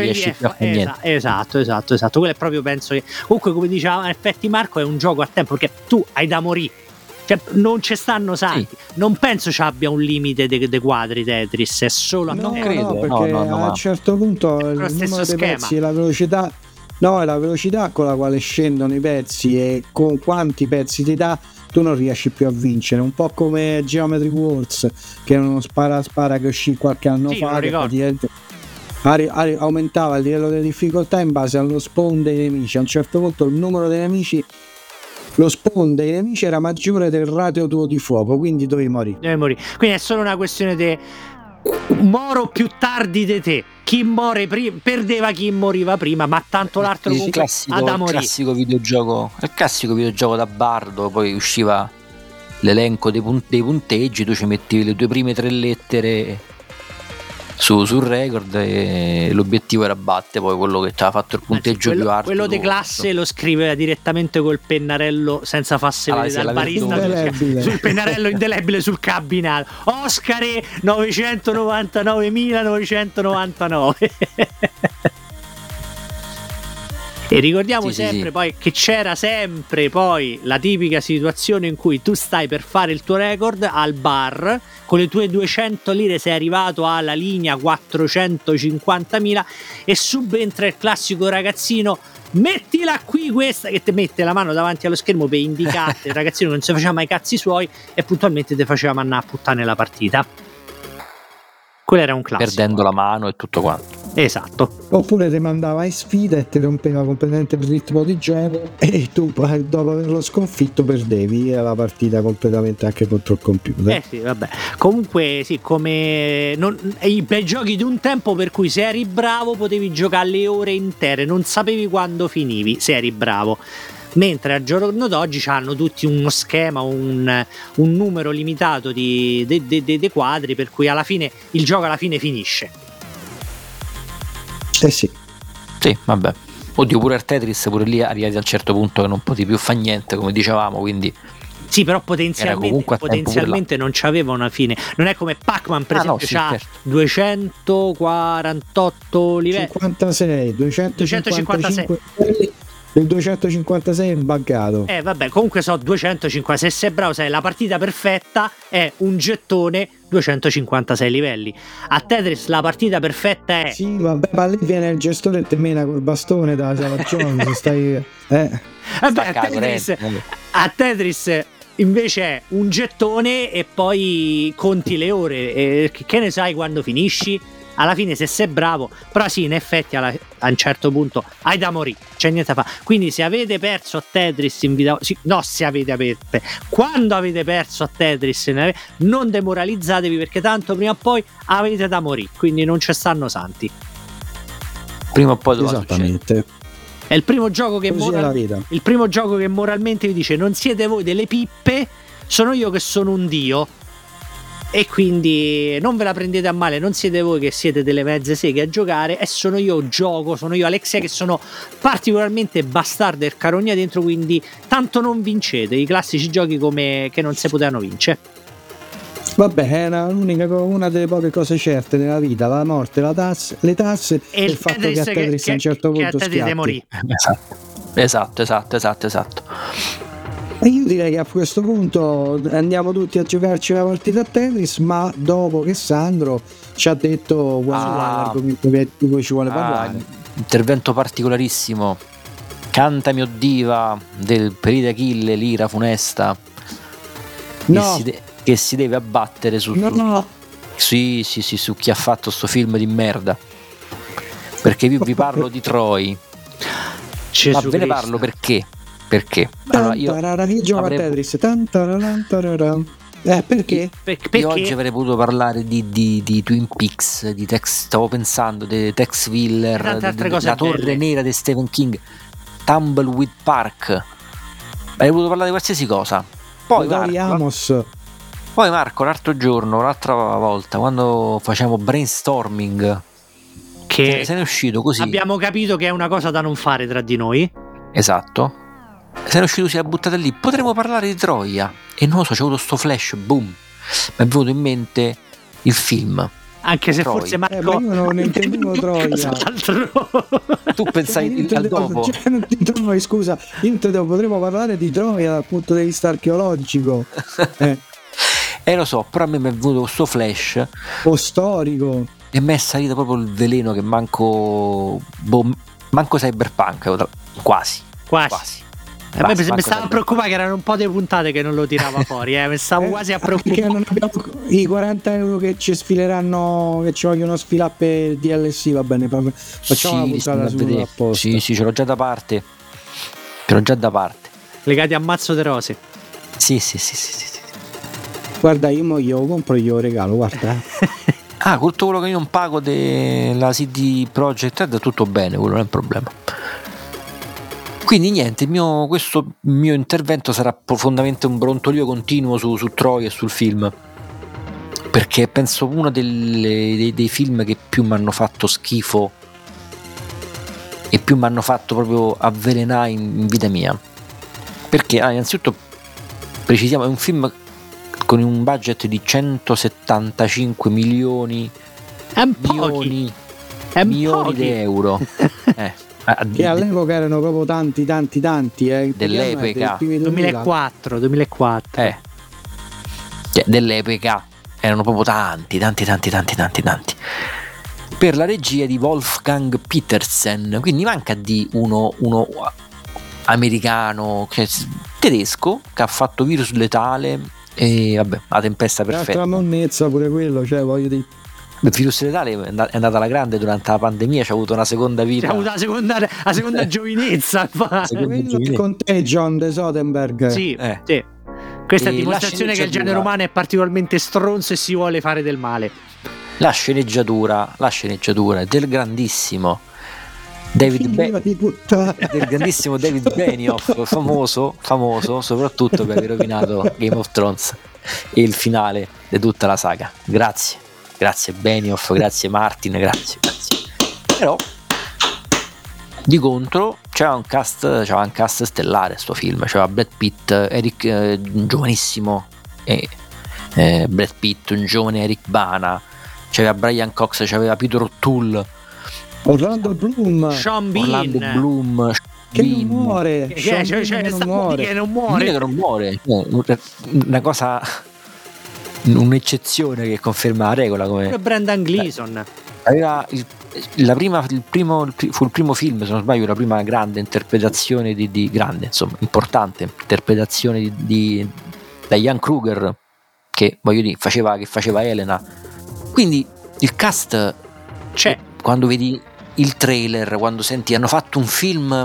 esatto. Quello è proprio, penso che comunque, come diceva in effetti Marco, è un gioco a tempo, perché tu hai da morire, cioè non ci stanno santi. Sì. Non penso ci abbia un limite dei quadri Tetris, è solo non credo, perché a un certo punto il numero dei pezzi e la velocità, è la velocità con la quale scendono i pezzi e con quanti pezzi ti dà, tu non riesci più a vincere. Un po' come Geometry Wars, che è uno spara che uscì qualche anno fa, che praticamente aumentava il livello di difficoltà in base allo spawn dei nemici. A un certo punto il numero dei nemici, lo spawn dei nemici era maggiore del ratio tuo di fuoco, quindi dovevi morire. Quindi è solo una questione di moro più tardi di te. Chi muore prima perdeva, chi moriva prima, ma tanto l'altro comunque il classico videogioco da bardo. Poi usciva l'elenco dei punteggi, tu ci mettevi le tue prime 3 lettere sul record e l'obiettivo era battere poi quello che ti aveva fatto il punteggio più alto. Quello di classe lo scriveva direttamente col pennarello senza farsi vedere dal barista, sul pennarello indelebile sul cabinato. Oscar 999.999. E ricordiamo sempre poi che c'era sempre poi la tipica situazione in cui tu stai per fare il tuo record al bar, con le tue 200 lire sei arrivato alla linea 450.000 e subentra il classico ragazzino: mettila qui questa, che ti mette la mano davanti allo schermo per indicarti. Il ragazzino non si faceva mai cazzi suoi e puntualmente ti faceva mannare a puttane la partita. Quello era un classico, perdendo la mano e tutto quanto. Esatto. Oppure ti mandava in sfida e ti rompeva completamente il ritmo di gioco e tu dopo averlo sconfitto perdevi la partita completamente anche contro il computer. Sì, vabbè. Comunque sì, come i bei giochi di un tempo per cui se eri bravo potevi giocare le ore intere, non sapevi quando finivi se eri bravo. Mentre al giorno d'oggi hanno tutti uno schema, un numero limitato di quadri, per cui alla fine il gioco alla fine finisce. Sì, vabbè. Oddio, pure il Tetris, pure lì arrivati a un certo punto che non potevi più fare niente, come dicevamo, quindi Sì, però potenzialmente non c'aveva una fine. Non è come Pac-Man, per esempio, c'ha 248 livelli. 256 livelli. Il 256 è buggato. Vabbè, comunque so 250. Se sei bravo, sai, la partita perfetta è un gettone 256 livelli. A Tetris la partita perfetta è. Sì, vabbè, ma lì viene il gestore e te mena col bastone da Salaccione. Stai. Vabbè, a Tetris invece è un gettone e poi conti le ore. Che ne sai quando finisci? Alla fine, se sei bravo, però sì, in effetti a un certo punto hai da morire, c'è niente da fare. Quindi se avete perso a Tetris quando avete perso a Tetris, non demoralizzatevi, perché tanto prima o poi avete da morire, quindi non ci stanno santi. Prima o poi doveva succedere. È il primo gioco che moralmente vi dice: non siete voi delle pippe, sono io che sono un dio. E quindi non ve la prendete a male, non siete voi che siete delle mezze seghe a giocare, e sono io Alexia, che sono particolarmente bastardo e carogna dentro, quindi tanto non vincete, i classici giochi come che non si potevano vincere. Vabbè, è una delle poche cose certe nella vita: la morte, le tasse e il fatto che a Tetris a un certo punto schiatti. Esatto. E io direi che a questo punto andiamo tutti a giocarci la partita a Tetris, ma dopo che Sandro ci ha detto qual è l'argomento di cui ci vuole parlare. Intervento particolarissimo. Cantami o diva del Perite Achille, l'ira funesta, che si deve abbattere su chi ha fatto sto film di merda. Perché vi parlo di Troy. Ma ve ne parlo perché? Allora, io Tetris. Perché? Io oggi avrei potuto parlare di Twin Peaks, di stavo pensando di Tex Willer, la Torre Nera di Stephen King, Tumbleweed Park. Avrei voluto parlare di qualsiasi cosa. Poi Marco, l'altra volta, quando facciamo brainstorming, che se ne è uscito così. Abbiamo capito che è una cosa da non fare tra di noi. Esatto. Se ne è uscito, si è buttata lì. Potremmo parlare di Troia. E non lo so, c'è avuto sto flash, boom. Mi è venuto in mente il film. Anche se Troia. Forse Marco io non intendevo Troia. Tu pensavi al dopo. Scusa, potremmo parlare di Troia dal punto di vista archeologico. Lo so, però a me mi è venuto questo flash o storico. E mi è salito proprio il veleno che manco Cyberpunk, quasi. A me mi stavo a preoccupare che erano un po' di puntate che non lo tirava fuori, mi stavo quasi a preoccupare. Non abbiamo i 40 euro che ci sfileranno, che ci vogliono sfilare per DLC, va bene, facciamo una puntata apposta. Sì, ce l'ho già da parte. Legati a mazzo de rose. Sì. Guarda, io compro, io regalo, guarda. Con tutto quello che io non pago della CD Projekt Red, tutto bene, quello non è un problema. Quindi niente, questo mio intervento sarà profondamente un brontolio continuo su Troy e sul film, perché penso uno dei film che più mi hanno fatto schifo e più mi hanno fatto proprio avvelenare in vita mia. Perché innanzitutto precisiamo, è un film con un budget di 175 milioni di euro. Che all'epoca erano proprio tanti dell'epoca 2004 dell'epoca erano proprio tanti per la regia di Wolfgang Petersen, quindi manca di uno americano, tedesco, che ha fatto Virus Letale e vabbè, La tempesta perfetta, l'altra monnezza pure quello, cioè voglio dire, il Virus Letale è andata alla grande durante la pandemia, c'ha avuto una seconda vita, c'ha avuto la seconda giovinezza. Contagion de Soderbergh. Sì. Questa è dimostrazione che il genere umano è particolarmente stronzo e si vuole fare del male. La sceneggiatura del grandissimo del grandissimo David Benioff, famoso soprattutto per aver rovinato Game of Thrones e il finale di tutta la saga. Grazie Benioff, grazie Martin, grazie. Però di contro c'era un cast stellare sto film, c'era Brad Pitt, Eric giovanissimo, Brad Pitt, un giovane Eric Bana, c'aveva Brian Cox, c'aveva Peter O'Toole, Orlando Bloom, Sean Bean, che non muore, che non muore, una cosa, un'eccezione che conferma la regola, come Brendan Gleeson. Aveva fu il primo film, se non sbaglio, la prima grande interpretazione di grande, insomma, importante interpretazione da Diane Kruger, che voglio dire faceva Elena. Quindi il cast c'è. Quando vedi il trailer, quando senti hanno fatto un film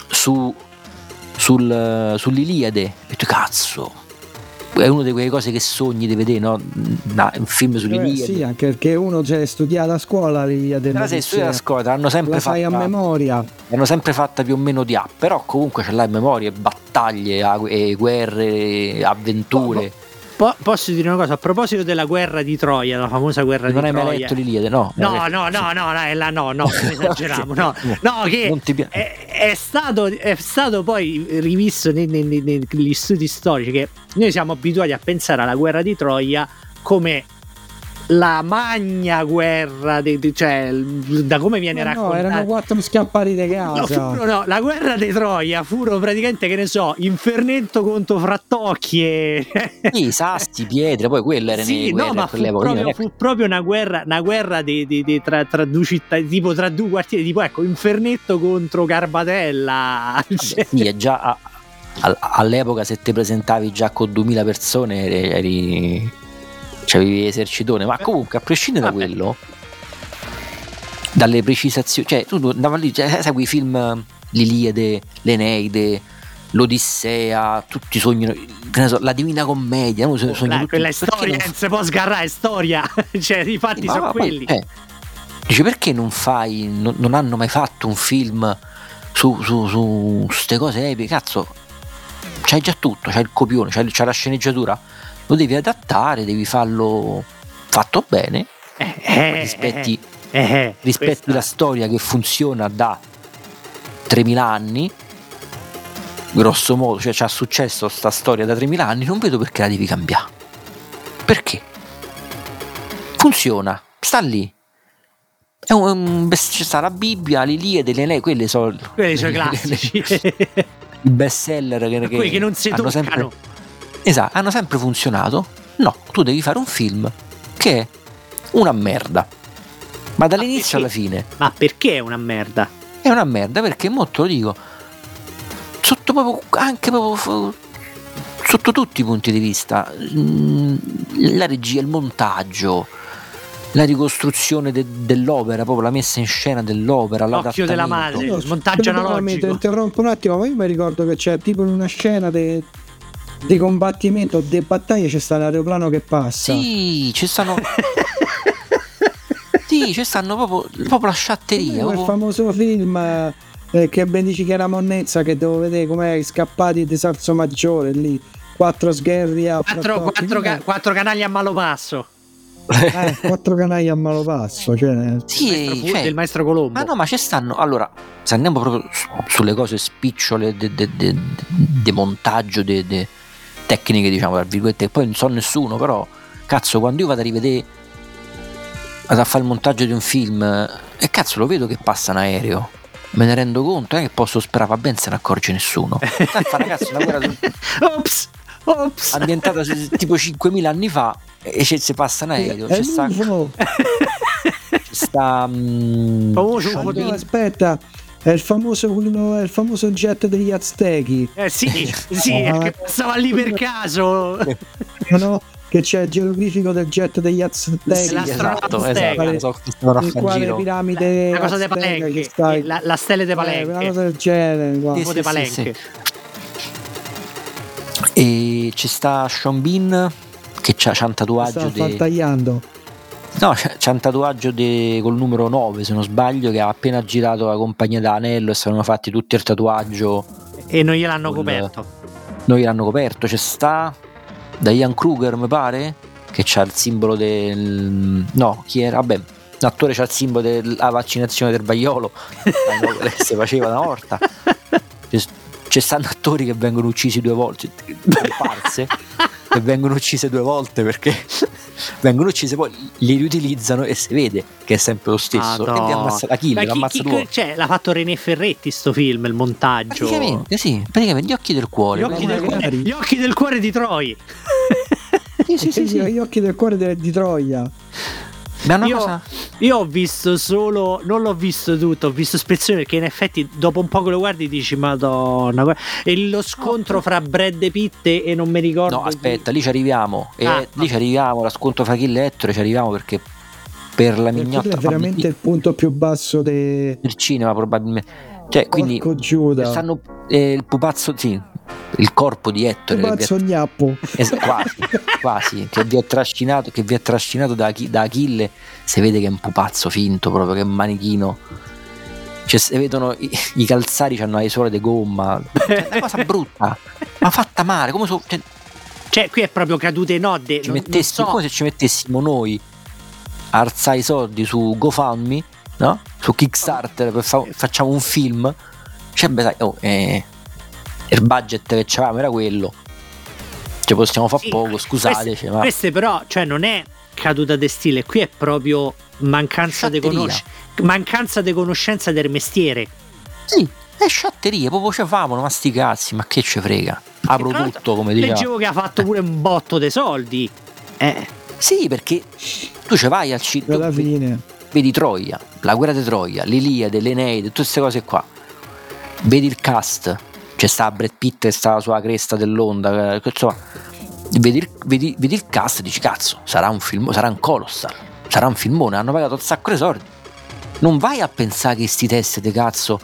sull'Iliade, e tu cazzo, è una di quelle cose che sogni di vedere, no? Un film sull'Iliade. Sì, anche perché uno c'è studiato a scuola l'Iliade. La sei studiata a scuola, l'hanno sempre fatta a memoria. L'hanno sempre fatta più o meno di però comunque ce l'hai a memoria, battaglie, e guerre, avventure. Posso dire una cosa a proposito della guerra di Troia, la famosa guerra di Troia? Non hai mai letto l'Iliade? No, esageriamo, no, che è stato poi rivisto negli studi storici, che noi siamo abituati a pensare alla guerra di Troia come la magna guerra, cioè da come viene raccontata. No, erano 4 scappati di casa. No, la guerra di Troia furono praticamente, che ne so, Infernetto contro Frattocchie. Sì, sasti, pietre, poi quelle erano sì, guerre, no, ma fu proprio una guerra tra due città, tipo tra due quartieri, tipo ecco, Infernetto contro Garbatella. Vabbè, sì, è già all'epoca, se ti presentavi già con 2000 persone c'avevi esercitone, ma comunque a prescindere da quello, dalle precisazioni, cioè tu andavi lì, sai quei film, l'Iliade, l'Eneide, l'Odissea, tutti sognano, che ne so, la Divina Commedia, quella è storia, non si può sgarrare, è storia, cioè i fatti sono quelli. Dice, perché non hanno mai fatto un film su ste cose epiche? Cazzo, c'hai già tutto, c'hai il copione, c'hai la sceneggiatura, lo devi adattare, devi farlo fatto bene, rispetti la storia che funziona da 3000 anni, grosso modo, cioè c'ha successo sta storia da 3000 anni, non vedo perché la devi cambiare. Perché? Funziona, sta lì. C'è sta la Bibbia, l'Iliade, l'Eneide, quelli sono i classici, i best seller quelli che non si toccano. Esatto, hanno sempre funzionato. No, tu devi fare un film che è una merda, ma dall'inizio alla fine. Ma perché è una merda? È una merda perché, molto lo dico, anche proprio sotto tutti i punti di vista, la regia, il montaggio, la ricostruzione dell'opera, proprio la messa in scena dell'opera, l'occhio della madre, il montaggio analogico. Ti interrompo un attimo, ma io mi ricordo che c'è tipo in una scena di combattimento, di battaglie, c'è sta l'aeroplano che passa. Sì, ci stanno proprio la sciatteria. Quel famoso film che ben dici che era monnezza, che devo vedere com'è, scappati di Salso Maggiore lì, 4 sgherri a 4 canagli a malo passo. 4 canagli a malo passo, cioè del maestro Colombo. Ma no, ma ci stanno. Allora, se andiamo proprio sulle cose spicciole di montaggio, tecniche, diciamo, tra virgolette, poi non so nessuno, però cazzo, quando io vado a fare il montaggio di un film, e cazzo, lo vedo che passa un aereo, me ne rendo conto, che posso sperare, va bene, se ne accorge nessuno. Ragazzi, una guerra Ops. ambientata tipo 5.000 anni fa, e si passa un aereo, aspetta, è il famoso jet degli Aztechi. Sì, che passava lì per caso. No, che c'è il geroglifico del jet degli Aztechi. Esatto. Il quale piramide, la cosa dei Palenche, la stella dei Palenche, una cosa del genere, Palenche. E ci sta Sean Bean che c'ha un tatuaggio c'è un tatuaggio col numero 9, se non sbaglio, che ha appena girato la compagnia d'Anello e si erano fatti tutti il tatuaggio e non gliel'hanno coperto. C'è sta Diane Kruger, mi pare, che c'ha il simbolo chi era? Vabbè, l'attore c'ha il simbolo della vaccinazione del vaiolo che si faceva una volta. ci stanno attori che vengono uccisi 2 volte, comparse che vengono uccise 2 volte perché vengono uccise, poi li riutilizzano e si vede che è sempre lo stesso. E vi ammazza la kill, l'ammazza due volte. Cioè, l'ha fatto René Ferretti sto film, il montaggio. Praticamente Gli occhi del cuore. Gli occhi del cuore di Troy. Sì. Gli occhi del cuore di Troia. Io ho visto solo, non l'ho visto tutto, ho visto spezzoni perché in effetti dopo un po' che lo guardi dici Madonna, e lo scontro fra Brad Pitt e non mi ricordo. No, aspetta, lì ci arriviamo. Lì ci arriviamo, lo scontro fra Kill e Ettore ci arriviamo perché per la mignotta è veramente il punto più basso del cinema probabilmente. Cioè, quindi stanno il pupazzo, sì, il corpo di Ettore, pupazzo gnappo, quasi che vi è trascinato da Achille. Si vede che è un pupazzo finto, proprio che è un manichino. Cioè, si vedono i calzari, c'hanno le suole di gomma. Cioè, una cosa brutta, ma fatta male. Come cioè, qui è proprio cadute nodde. Come se ci mettessimo noi a alzare i soldi su GoFundMe, no? Su Kickstarter, facciamo un film. Cioè, il budget che c'avevamo era quello. Cioè, possiamo fare poco, scusateci. Queste però, cioè, non è caduta di stile, qui è proprio mancanza di conoscenza del mestiere. Sì, è sciatteria, proprio ci favano, ma sti cazzi, ma che ci frega. Apro tutto, come diceva. Leggevo che ha fatto pure un botto dei soldi. Sì, perché tu ci vai al cinema, alla fine vedi Troia, la guerra di Troia, l'Iliade, l'Eneide, tutte queste cose qua. Vedi il cast, c'è sta Brad Pitt che sta sulla cresta dell'onda, insomma, vedi il cast e dici cazzo, sarà un film, sarà un colossal, sarà un filmone, hanno pagato un sacco di soldi. Non vai a pensare che sti teste di cazzo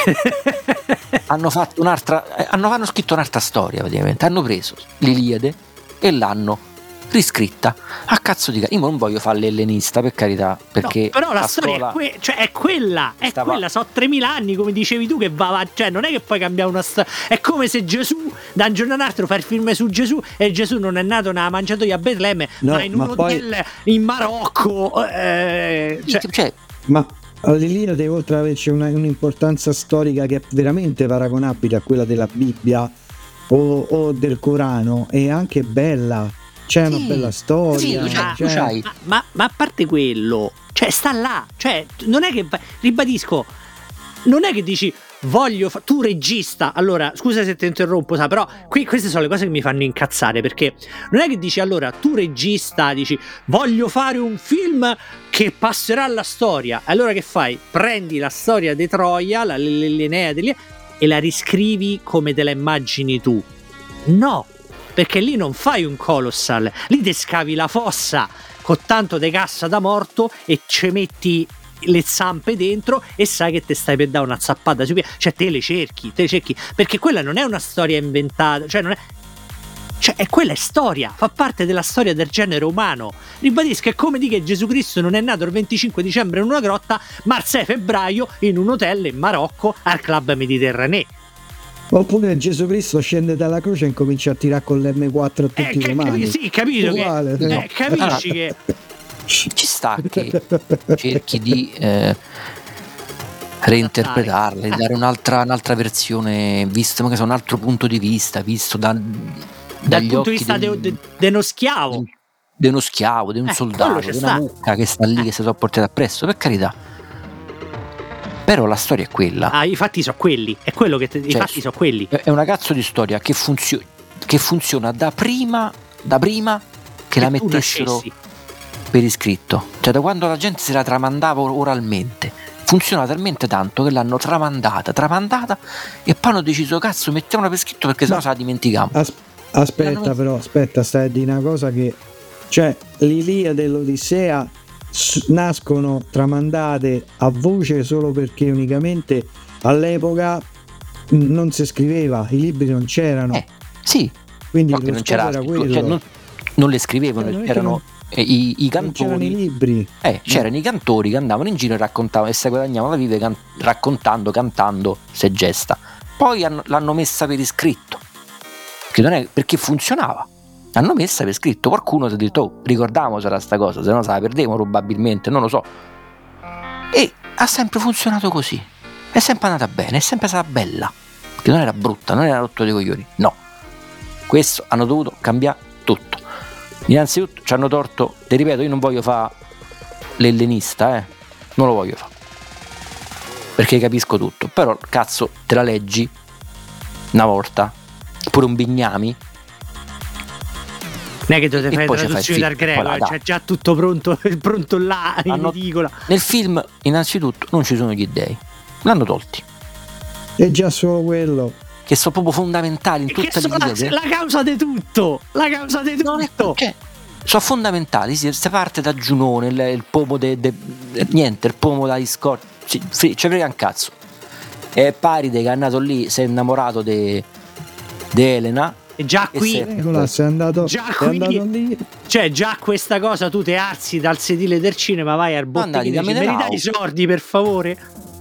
hanno scritto un'altra storia, praticamente hanno preso l'Iliade e l'hanno riscritta a cazzo di cazzo. Io non voglio fare l'ellenista, per carità, perché no, però la storia è quella, sono 3.000 anni, come dicevi tu, che va, cioè non è che puoi cambiare una storia. È come se Gesù da un giorno all'altro fa il film su Gesù e Gesù non è nato nella mangiatoia a Betlemme, ma in un hotel in Marocco, ma l'Iliade, oltre ad averci un'importanza storica che è veramente paragonabile a quella della Bibbia o del Corano, è anche bella. C'è una bella storia, ma a parte quello, cioè sta là, cioè non è che, ribadisco, non è che dici tu regista, allora scusa se ti interrompo, però queste sono le cose che mi fanno incazzare, perché non è che dici allora tu regista dici voglio fare un film che passerà alla storia, allora che fai? Prendi la storia di Troia, l'Eneade e la riscrivi come te la immagini tu. No, perché lì non fai un colossal, lì ti scavi la fossa con tanto di cassa da morto e ci metti le zampe dentro e sai che te stai per dare una zappata sui piedi, cioè te le cerchi, perché quella non è una storia inventata, quella è storia, fa parte della storia del genere umano. Ribadisco, è come dire che Gesù Cristo non è nato il 25 dicembre in una grotta, ma il 6 febbraio in un hotel in Marocco al Club Mediterraneo. Oppure Gesù Cristo scende dalla croce e incomincia a tirare con l'M4 a tutti i romani. Sì, capito uguale, capisci che ci sta che cerchi di reinterpretarle, dare un'altra versione, visto magari un altro punto di vista, visto dal punto di vista di uno schiavo, di un soldato, di una mucca che sta lì, che si sono portati appresso, per carità. Però la storia è quella. I fatti sono quelli, è quello che i fatti sono quelli. È una cazzo di storia che funziona da prima che la mettessero per iscritto, cioè da quando la gente se la tramandava oralmente. Funziona talmente tanto che l'hanno tramandata e poi hanno deciso cazzo mettiamola per scritto perché sennò se la dimentichiamo. Aspetta, stai a dire una cosa, che cioè l'Iliade e l'Odissea nascono tramandate a voce solo perché unicamente all'epoca non si scriveva, i libri non c'erano. Sì, quindi non c'era, era quello. Cioè, non le scrivevano, c'erano i cantori, c'erano i libri. C'erano i cantori che andavano in giro e raccontavano e si guadagnavano la vita raccontando, cantando se gesta. Poi l'hanno messa per iscritto, che non è perché funzionava. L'hanno messa per scritto, qualcuno ti ha detto ricordiamocela sta cosa, se no se la perdevo probabilmente, non lo so, e ha sempre funzionato così, è sempre andata bene, è sempre stata bella, che non era brutta, non era rotto dei coglioni, no, questo hanno dovuto cambiare tutto. Innanzitutto ci hanno torto, ti ripeto, io non voglio fare l'ellenista, non lo voglio fare, perché capisco tutto, però cazzo te la leggi una volta, pure un Bignami, non è che dovete fare traduzioni dal greco, c'è già tutto pronto là in edicola. Nel film innanzitutto non ci sono gli dei, l'hanno tolti, è già solo quello che sono proprio fondamentali in tutte le vite, la causa di tutto, non è perché sono fondamentali. Si parte da Giunone, il pomo niente, il pomo da Discord, ci frega un cazzo. E Paride che è andato lì, si è innamorato di Elena. E già qui sei andato lì. Cioè già questa cosa tu te alzi dal sedile del cinema, vai al botteghino, mi dai i soldi per favore.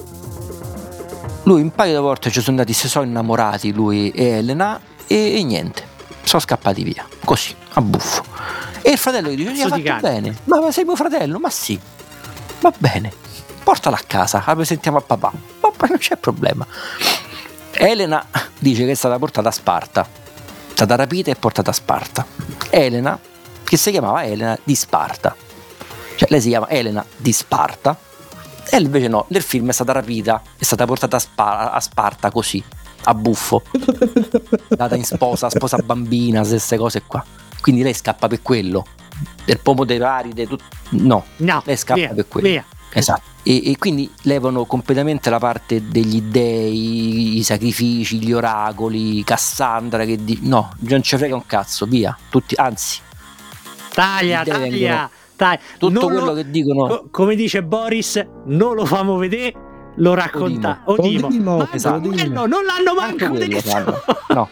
Lui un paio di volte ci sono andati, si sono innamorati lui e Elena e niente, sono scappati via così a buffo. E il fratello gli dice: hai fatto bene, ma sei mio fratello? Ma sì, va bene, portala a casa, la presentiamo a papà, ma non c'è problema. Elena dice che è stata portata a Sparta, è stata rapita e portata a Sparta. Elena, che si chiamava Elena di Sparta, cioè lei si chiama Elena di Sparta, e invece no, nel film è stata rapita, è stata portata a Sparta così, a buffo, data in sposa bambina, queste cose qua. Quindi lei scappa per quello, del pomo dei vari, no, lei scappa per quello. Via. Esatto. E quindi levano completamente la parte degli dei, i sacrifici, gli oracoli, Cassandra che no, non ci frega un cazzo, via, tutti, anzi. Taglia. Tutto quello che dicono, come dice Boris, non lo famo vedere, lo racconta Odimo. Esatto. Non l'hanno manco detto. No,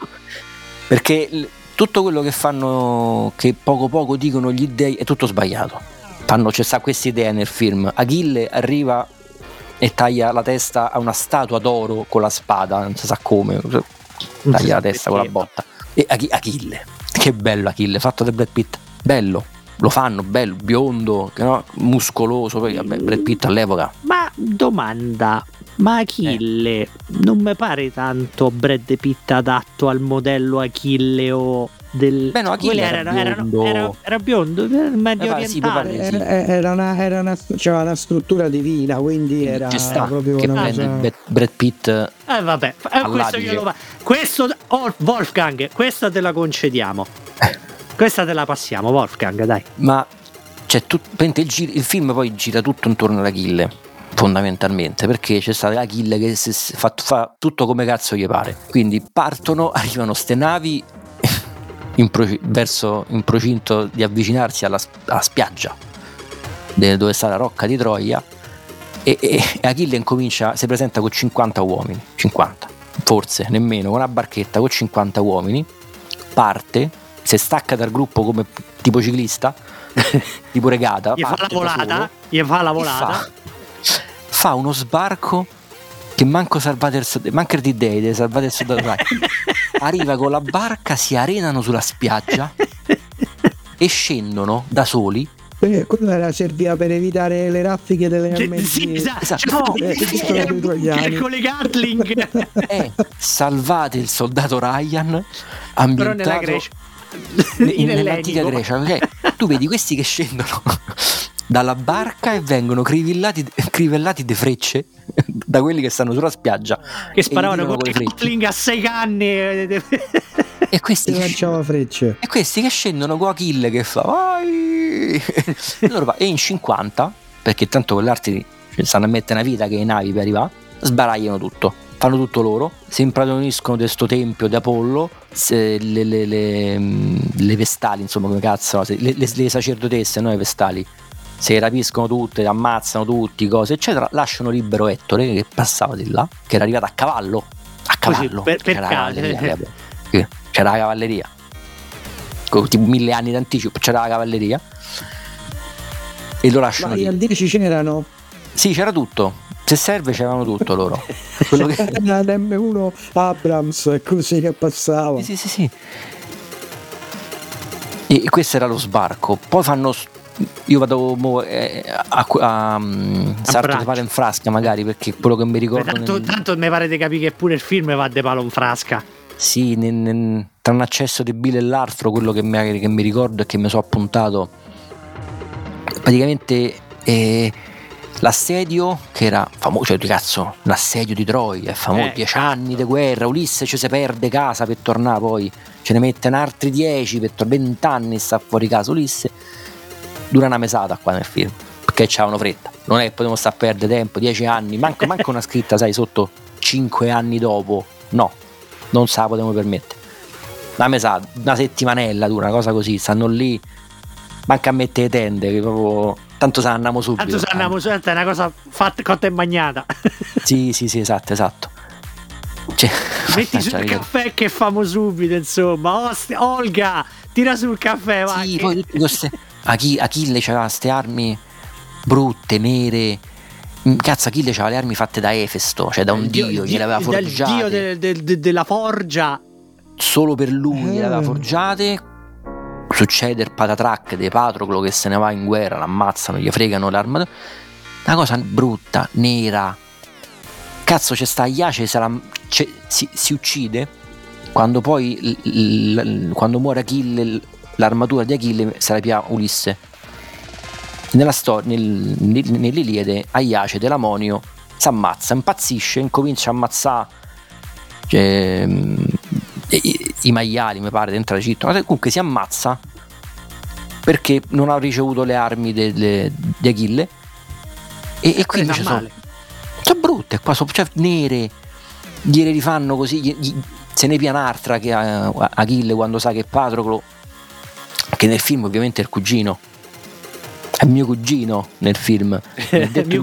perché tutto quello che fanno, che poco dicono gli dei, è tutto sbagliato. C'è sta questa idea nel film: Achille arriva e taglia la testa a una statua d'oro con la spada, non si sa come, taglia la testa con la botta. E Achille, che bello Achille, fatto da Brad Pitt, bello, lo fanno bello, biondo, no? Muscoloso, poi vabbè, Brad Pitt all'epoca. Ma domanda, ma Achille non mi pare tanto Brad Pitt adatto al modello Achille o del... Beh no, Achille era biondo, medio orientale, c'era una struttura divina, quindi era proprio che una prende Brad Pitt. Vabbè, questo io lo fa. Questo Wolfgang, questa te la concediamo. Questa te la passiamo, Wolfgang, dai. Ma c'è il film poi gira tutto intorno ad Achille, fondamentalmente, perché c'è stato Achille che fa tutto come cazzo gli pare. Quindi arrivano ste navi in procinto di avvicinarsi alla spiaggia dove sta la rocca di Troia, e Achille si presenta con 50 uomini, 50 forse nemmeno, con una barchetta con 50 uomini, parte, si stacca dal gruppo come tipo ciclista, tipo regata, gli fa la volata, fa uno sbarco che manca il D-Day, deve salvare il soldato Ryan. Arriva con la barca, si arenano sulla spiaggia e scendono da soli. Quello serviva per evitare le raffiche delle armate. Sì, esatto. Con le Gatling. Salvate il soldato Ryan, ambientato nell'antica Grecia. Tu vedi questi che scendono dalla barca e vengono crivellati di frecce da quelli che stanno sulla spiaggia, che sparavano con i Gatling a 6 canne e questi lanciava frecce, e questi che scendono con Achille che fa vai e in 50, perché tanto quell'arte stanno a mettere una vita che i navi per arrivare, sbaragliano tutto, fanno tutto loro, si impadroniscono di sto tempio di Apollo, le vestali, insomma, come cazzo, le sacerdotesse, no, le vestali, se rapiscono tutte, ammazzano tutti, cose eccetera, lasciano libero Ettore che passava di là, che era arrivato a cavallo per c'era la cavalleria con tipo 1000 anni d'anticipo, c'era la cavalleria e lo lasciano lì. Al 10 c'erano? Sì, c'era tutto, se serve c'erano tutto loro. Quello che la M1 Abrams, così che passava. Sì. E questo era lo sbarco. Poi fanno io vado a sarto di palo in frasca, magari, perché quello che mi ricordo tanto mi pare di capire che pure il film va di palo in frasca. Sì, tra un accesso debile e l'altro, quello che mi ricordo e che mi sono appuntato praticamente l'assedio, che era famoso, cioè cazzo, l'assedio di Troia è famoso, 10 anni di guerra, Ulisse si perde casa per tornare, poi ce ne mette altri 10 per 20 anni sta fuori casa Ulisse, dura una mesata qua nel film, perché c'avevano fretta, non è che potevamo stare a perdere tempo, 10 anni, manco una scritta, sai, sotto 5 anni dopo, no, non se la potevamo permettere, una mesata, una settimanella dura, una cosa così, stanno lì, manca a mettere tende, che proprio tanto se ne andiamo subito. È una cosa fatta, cotta e bagnata. Sì, esatto. Cioè, metti sul caffè che famo subito, insomma. Olga, tira sul caffè, va. Sì, poi tutti queste Achille c'aveva queste armi brutte, nere. Cazzo, Achille c'aveva le armi fatte da Efesto, cioè da un dio, gliele aveva forgiate. Il dio della forgia. Solo per lui gliele aveva forgiate. Succede il patatrac di Patroclo che se ne va in guerra, l'ammazzano, gli fregano l'armatura, una cosa brutta, nera. Cazzo, c'è sta Iace, si uccide quando poi quando muore Achille, l'armatura di Achille se la pia Ulisse. Nella storia, nell'Iliade, Aiace dell'Amonio si ammazza, impazzisce, incomincia a ammazzare i maiali, mi pare, dentro l'Egitto, ma comunque si ammazza perché non ha ricevuto le armi di Achille e quindi sono brutte qua, sono nere, gliele rifanno così, se ne pia un'altra che Achille quando sa che Patroclo, che nel film ovviamente è il cugino, è mio cugino nel film, mio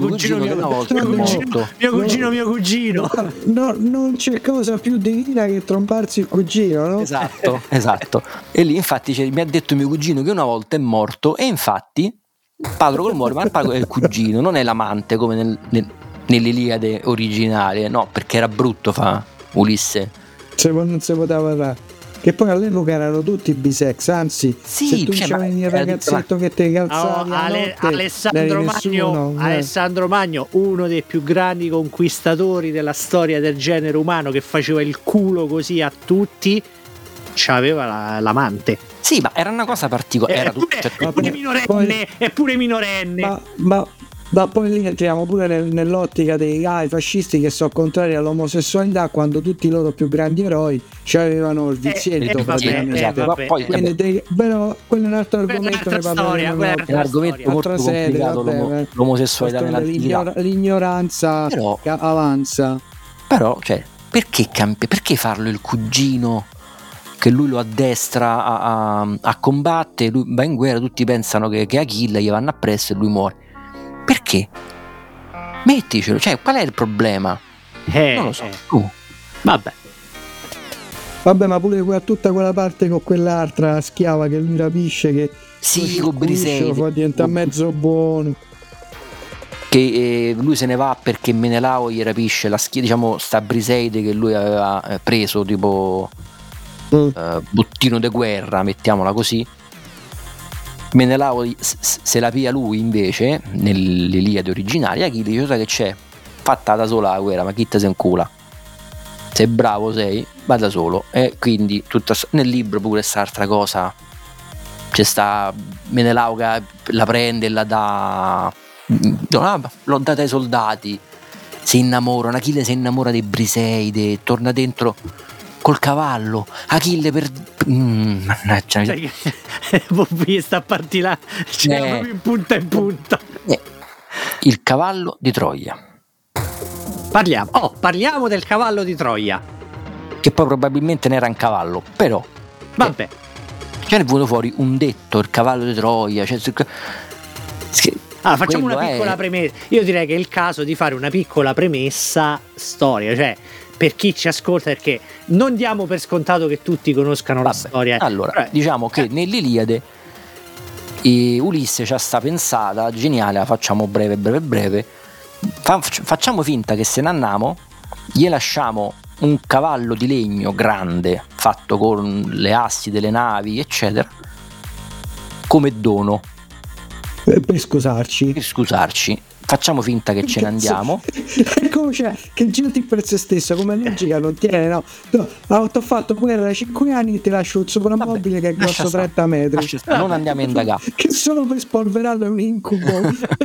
cugino. No, non c'è cosa più divina che trombarsi il cugino, no? Esatto. E lì infatti mi ha detto mio cugino che una volta è morto, e infatti Patroclo muore, ma il Patroclo è il cugino, non è l'amante come nell'Iliade originale, no, perché era brutto fa Ulisse. Non si poteva fare. Che poi all'epoca erano tutti bisex, anzi, sì, se tu c'avevi il ragazzetto che ti calzavi Alessandro Magno, uno dei più grandi conquistatori della storia del genere umano, che faceva il culo così a tutti, c'aveva l'amante. Sì, ma era una cosa particolare, è pure minorenne. Ma poi lì entriamo pure nell'ottica dei fascisti che sono contrari all'omosessualità, quando tutti i loro più grandi eroi avevano il vizietto praticamente. Però quello è un altro argomento, ne parleremo. È un argomento molto complicato, l'omosessualità nell'antichità. L'ignoranza che avanza. Però, cioè, perché farlo il cugino, che lui lo addestra a combattere, lui va in guerra, tutti pensano che Achille gli vanno appresso e lui muore. Perché? Metticelo, cioè, qual è il problema? Non lo so. Vabbè, ma pure tutta quella parte con quell'altra schiava che lui rapisce, che con Briseide fa diventare mezzo buono. Che lui se ne va perché Menelao gli rapisce la schiava, diciamo, sta Briseide che lui aveva preso tipo bottino de guerra, mettiamola così. Menelao se la pia lui invece nell'Iliade originaria. Achille dice: sai che c'è, fatta da sola la guerra, ma chi te se incula, sei bravo, va da solo. E quindi nel libro pure quest'altra cosa, c'è sta Menelao che la prende e la dà, l'ho data ai soldati, si innamorano, Achille si innamora di Briseide, torna dentro col cavallo, Achille mannaggia, sta parti là, proprio in punta. Il cavallo di Troia. Parliamo del cavallo di Troia, che poi probabilmente ne era un cavallo, però vabbè, ce ne è venuto fuori un detto, il cavallo di Troia, facciamo una piccola premessa. Io direi che è il caso di fare una piccola premessa storica, cioè per chi ci ascolta, perché non diamo per scontato che tutti conoscano la storia. Allora, diciamo che nell'Iliade Ulisse c'ha sta pensata geniale, la facciamo breve. Facciamo finta che se ne andiamo, gli lasciamo un cavallo di legno grande fatto con le assi delle navi eccetera come dono. per scusarci. Facciamo finta che ce ne andiamo. Come c'è? Che girati per se stesso, come logica non tiene, no? Ti ho fatto guerra da 5 anni e ti lascio un soprammobile che è grosso 30 metri. Non andiamo a indagare. Che solo per spolverarlo è un incubo.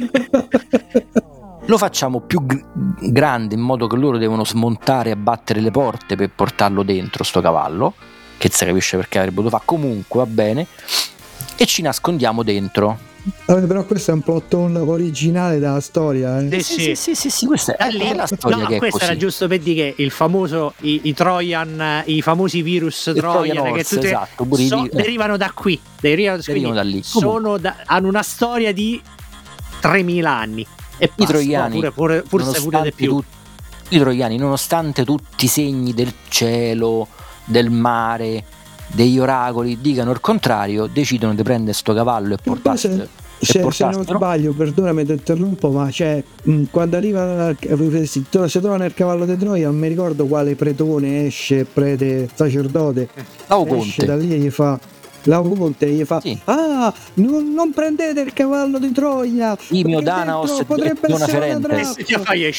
Lo facciamo più grande in modo che loro devono smontare e abbattere le porte per portarlo dentro sto cavallo, che si capisce perché avrebbe dovuto fare, comunque va bene, e ci nascondiamo dentro. Però questo è un plot originale della storia. Sì, questa è la storia. No, questo era giusto per dire che il famoso i Trojan, i famosi virus Trojan che tutte derivano da qui, derivano da lì. Hanno una storia di 3000 anni e i troiani, forse pure di più. I troiani, nonostante tutti i segni del cielo, del mare, degli oracoli dicano il contrario, decidono di prendere sto cavallo e portarselo. Se non sbaglio, perdonami ti interrompo, ma quando arriva si trova nel cavallo di Troia, non mi ricordo quale pretone esce, prete, sacerdote, esce da lì e gli fa Lauconte gli fa sì. Non prendete il cavallo di Troia, Imio Danaos potrebbe essere una trappola.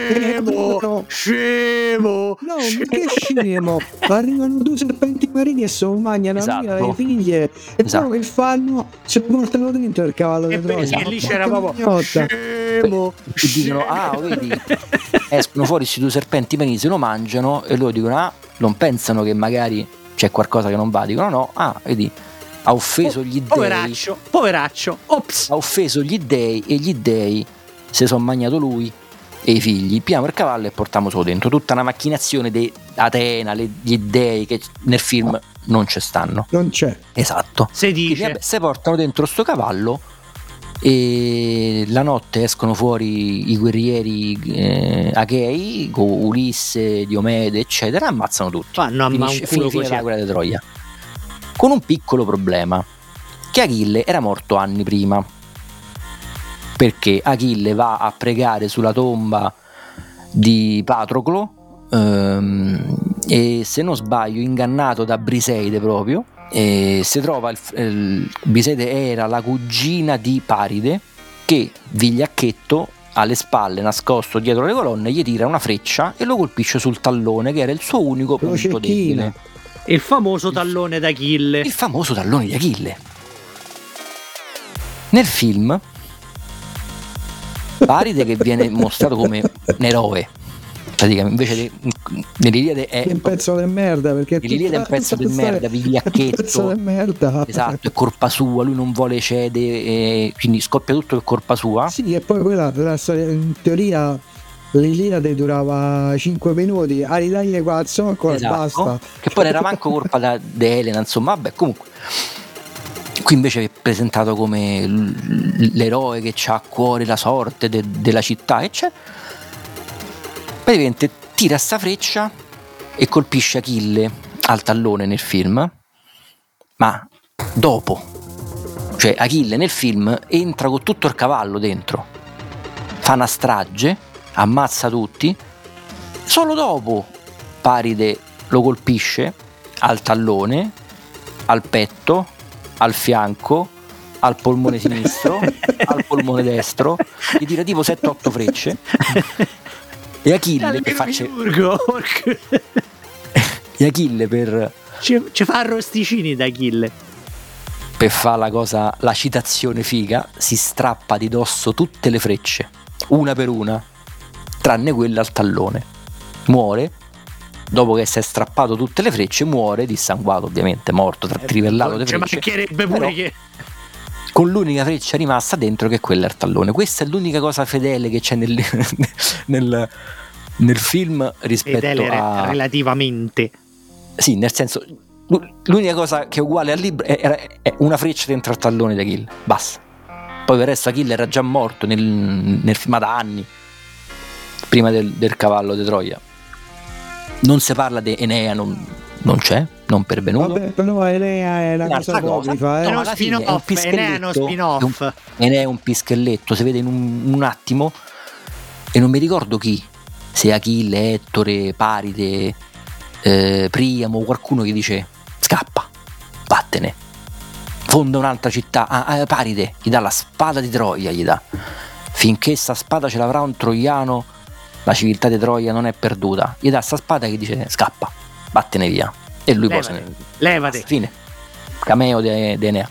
Scemo no, che scemo, arrivano due serpenti marini e se lo mangiano le figlie e poi che fanno, se portano dentro il cavallo di Troia e lì c'era proprio scemo dicono vedi, escono fuori questi due serpenti marini, se lo mangiano e loro dicono non pensano che magari c'è qualcosa che non va, dicono no, vedi, ha offeso gli dei, poveraccio, ops, ha offeso gli dei e gli dei se sono magnato lui e i figli, piamo il cavallo e portiamo solo dentro, tutta una macchinazione di Atena, gli dei che nel film non ci stanno, non c'è, esatto, si dice, se portano dentro sto cavallo e la notte escono fuori i guerrieri achei con Ulisse, Diomede eccetera, ammazzano tutti, fanno finisce la guerra di Troia, con un piccolo problema, che Achille era morto anni prima, perché Achille va a pregare sulla tomba di Patroclo e se non sbaglio ingannato da Briseide proprio, e si trova Briseide era la cugina di Paride che vigliacchetto alle spalle nascosto dietro le colonne gli tira una freccia e lo colpisce sul tallone che era il suo unico punto debole, il famoso tallone d'Achille, il famoso tallone di Achille. Nel film Paride che viene mostrato come un eroe, praticamente, invece nell'Iliade è un pezzo di merda, perché l'Iliade è un pezzo di merda, vigliacchetto, esatto, è colpa sua, lui non vuole cedere, quindi scoppia tutto per colpa sua. Sì, e poi quella in teoria l'Iliade durava 5 minuti, a ridagli qua al zoccolo e basta, che poi era manco colpa di Elena, insomma, vabbè, comunque qui invece è presentato come l'eroe che c'ha a cuore la sorte della città, eccetera. Praticamente tira sta freccia e colpisce Achille al tallone nel film, ma dopo, cioè Achille nel film entra con tutto il cavallo dentro, fa una strage, ammazza tutti, solo dopo Paride lo colpisce al tallone, al petto, al fianco, al polmone sinistro, al polmone destro, gli tira tipo 7-8 frecce. E Achille che faccia e Achille per ci fa arrosticini da Achille per fare la cosa, la citazione figa, si strappa di dosso tutte le frecce una per una tranne quella al tallone, muore dopo che si è strappato tutte le frecce, muore dissanguato ovviamente, morto, trivellato di frecce, mancherebbe pure che con l'unica freccia rimasta dentro che è quella al tallone. Questa è l'unica cosa fedele che c'è nel film rispetto fedele a relativamente, sì, nel senso l'unica cosa che è uguale al libro è una freccia dentro al tallone di Achille, basta. Poi per il resto Achille era già morto nel film da anni prima del cavallo di Troia. Non si parla di Enea, non c'è, non pervenuto. Vabbè, però Enea è una cosa apocrifa, è uno spin-off, Enea è uno spin-off. Enea è un pischelletto, si vede in un attimo e non mi ricordo chi, se Achille, Ettore, Paride, Priamo, qualcuno che dice scappa, vattene, fonda un'altra città, Paride, gli dà la spada di Troia, gli dà. Finché sta spada ce l'avrà un troiano, la civiltà di Troia non è perduta. Gli dà sta spada che dice scappa, vattene via. E lui levate. Fine. Cameo di Enea.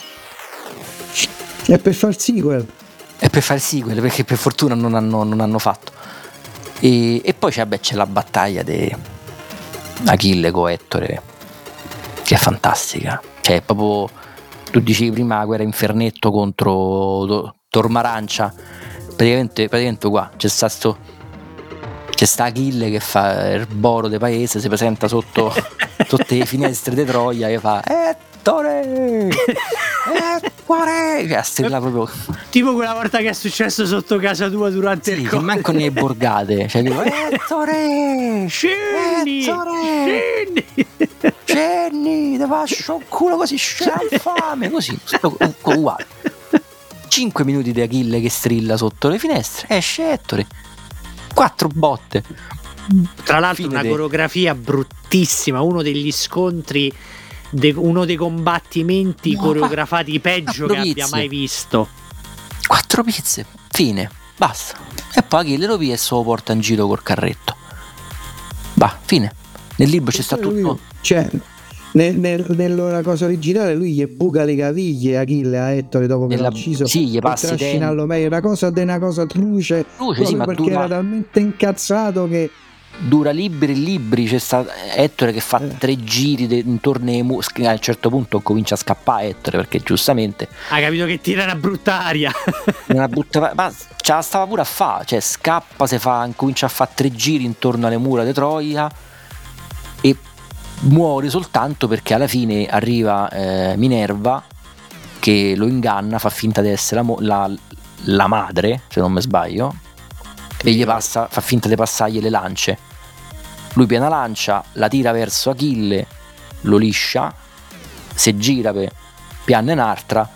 È per far sequel. Perché per fortuna non hanno fatto. E poi c'è la battaglia di Achille con Ettore, che è fantastica. Cioè proprio, tu dicevi prima la guerra infernetto contro Tormarancia, praticamente qua c'è sta Achille che fa il boro de paese, si presenta sotto le finestre di Troia che fa Ettore, che strilla proprio tipo quella volta che è successo sotto casa tua durante il che manco nelle borgate, cioè dico Ettore, scendi, ti faccio un culo così, scena fame, così uguale. 5 minuti di Achille che strilla sotto le finestre, esce Ettore, 4 botte. Tra l'altro una coreografia bruttissima, uno degli scontri, uno dei combattimenti coreografati peggio che abbia mai visto. 4 pizze, fine, basta. E poi Achille lo pia e se lo porta in giro col carretto. Fine. Nel libro c'è stato tutto. Cioè, nella cosa originale lui gli buca le caviglie Achille a Ettore dopo che l'ha ucciso. Sì, gli passa trascinarlo meglio, una cosa truce sì, ma perché era talmente incazzato che dura libri. C'è stato Ettore che fa 3 giri intorno ai muri. A un certo punto comincia a scappare Ettore perché giustamente ha capito che tira una brutta aria. Ma ce la stava pure a fare, cioè scappa, comincia a fare 3 giri intorno alle mura di Troia e muore soltanto perché alla fine arriva Minerva che lo inganna, fa finta di essere la madre, se non mi sbaglio, e gli fa finta di passargli le lance. Lui piena lancia, la tira verso Achille, lo liscia, si gira per pianne un'altra,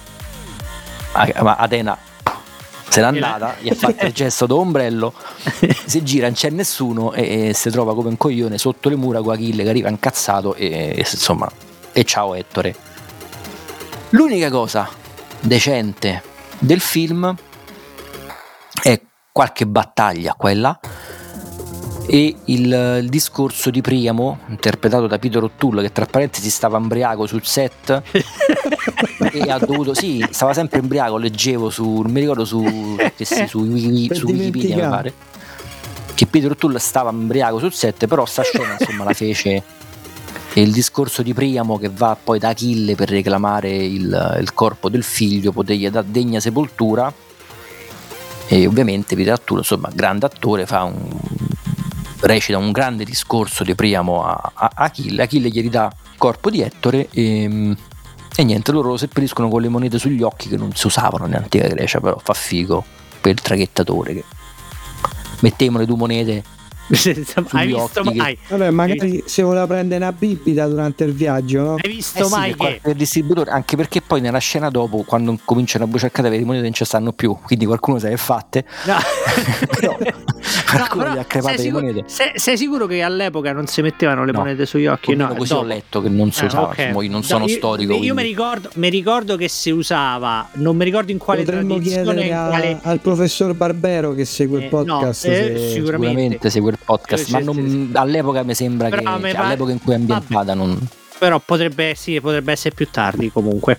ma Atena se n'è andata, gli ha fatto il gesto d'ombrello, si gira, non c'è nessuno e si trova come un coglione sotto le mura con Achille che arriva incazzato e ciao Ettore. L'unica cosa decente del film è qualche battaglia qua e là e il discorso di Priamo interpretato da Peter O'Toole, che tra parentesi stava imbriaco sul set e ha dovuto, stava sempre imbriaco, leggevo non mi ricordo su Wikipedia mi pare che Peter O'Toole stava imbriaco sul set, però sta scena insomma la fece. E il discorso di Priamo che va poi da Achille per reclamare il corpo del figlio, potergli dare degna sepoltura, e ovviamente Peter O'Toole, insomma grande attore, recita un grande discorso di Priamo a Achille gli ridà il corpo di Ettore e niente, loro lo seppelliscono con le monete sugli occhi che non si usavano in antica Grecia, però fa figo per il traghettatore che mettevano le 2 monete hai visto mai? Vabbè, magari se voleva prendere una bibita durante il viaggio, no? Hai visto mai che per il distributore, anche perché poi nella scena dopo, quando cominciano a bruciare il cadavere, le monete non ci stanno più, quindi qualcuno se le è fatte. No. Però qualcuno gli ha crepate le monete. Sei sicuro che all'epoca non si mettevano le monete sugli occhi? No, così ho letto che non si usava, okay. Non sono storico. Io mi ricordo che si usava, non mi ricordo in quale potremmo tradizione, al professor Barbero che segue il podcast. Sicuramente segue il podcast, ma all'epoca mi sembra che all'epoca in cui è ambientata non. Però potrebbe essere più tardi comunque.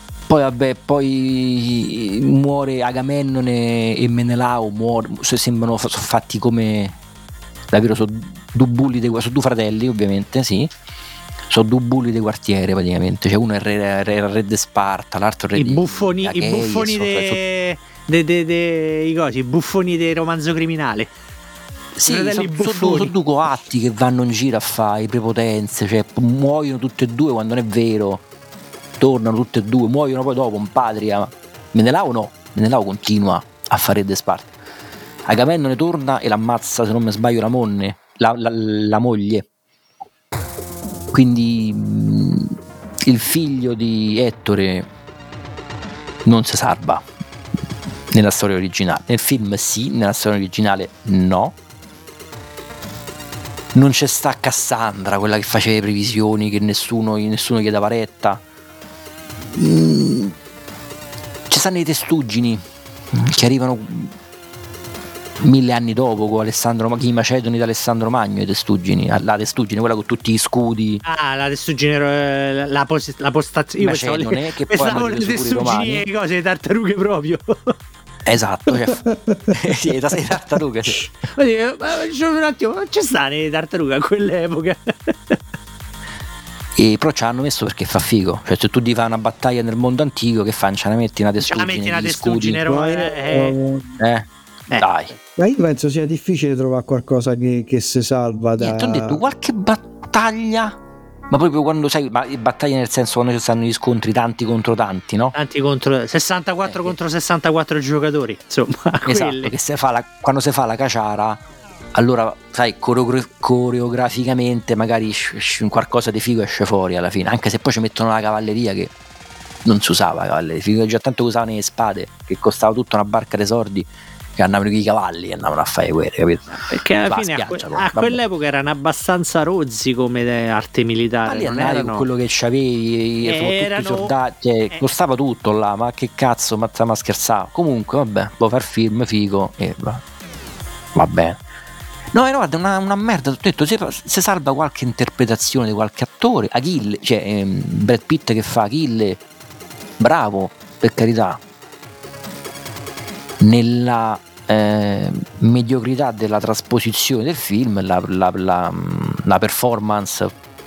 Poi muore Agamennone e Menelao sembrano fatti come davvero, sono 2 bulli sono 2 fratelli ovviamente, sono 2 bulli di quartiere praticamente, cioè uno è il re di Sparta, l'altro è il re i buffoni i buffoni del romanzo criminale. Sono 2 coatti che vanno in giro a fare i prepotenze, cioè muoiono tutti e 2 quando non è vero, tornano tutti e 2, muoiono poi dopo in patria. Menelao continua a fare il de Sparta. Agamennone torna e l'ammazza, se non mi sbaglio, la moglie. Quindi il figlio di Ettore non si salva nella storia originale. Nel film sì, nella storia originale no. Non c'è sta Cassandra, quella che faceva le previsioni, che nessuno gli dava retta. ci stanno i testuggini che arrivano 1000 anni dopo con i Macedoni di Alessandro Magno, i testuggini, la testuggine, quella con tutti gli scudi. La testuggine, la postazione. Io pensavo le testuggini e cose, le tartarughe proprio. Esatto, sì, le tartarughe. Sì. Un attimo, non ci stanno le tartarughe a quell'epoca. E però ce l'hanno messo perché fa figo. Cioè, se tu ti fai una battaglia nel mondo antico, che fai? Ce la metti una testuggine, dai. Ma io penso sia difficile trovare qualcosa che si salva da... Ti ho detto qualche battaglia, ma proprio quando sai, battaglia nel senso quando ci stanno gli scontri tanti contro tanti, no? Tanti contro 64 contro 64 giocatori, insomma. Esatto, che quando si fa la caciara, allora sai, coreograficamente magari qualcosa di figo esce fuori alla fine, anche se poi ci mettono la cavalleria che non si usava, cavalleria, già tanto usavano le spade, che costava tutta una barca dei sordi, che andavano con i cavalli e andavano a fare guerre, capito? Perché alla fine a quell'epoca erano abbastanza rozzi come arte militare, non erano con quello che c'avevi, tutti i soldati, costava tutto là, ma che cazzo, ma scherzavo. Comunque vabbè, può far film figo e va bene. No, guarda, una merda, ho detto, se salva qualche interpretazione di qualche attore, Achille, cioè Brad Pitt che fa Achille, bravo, per carità. Nella mediocrità della trasposizione del film, la performance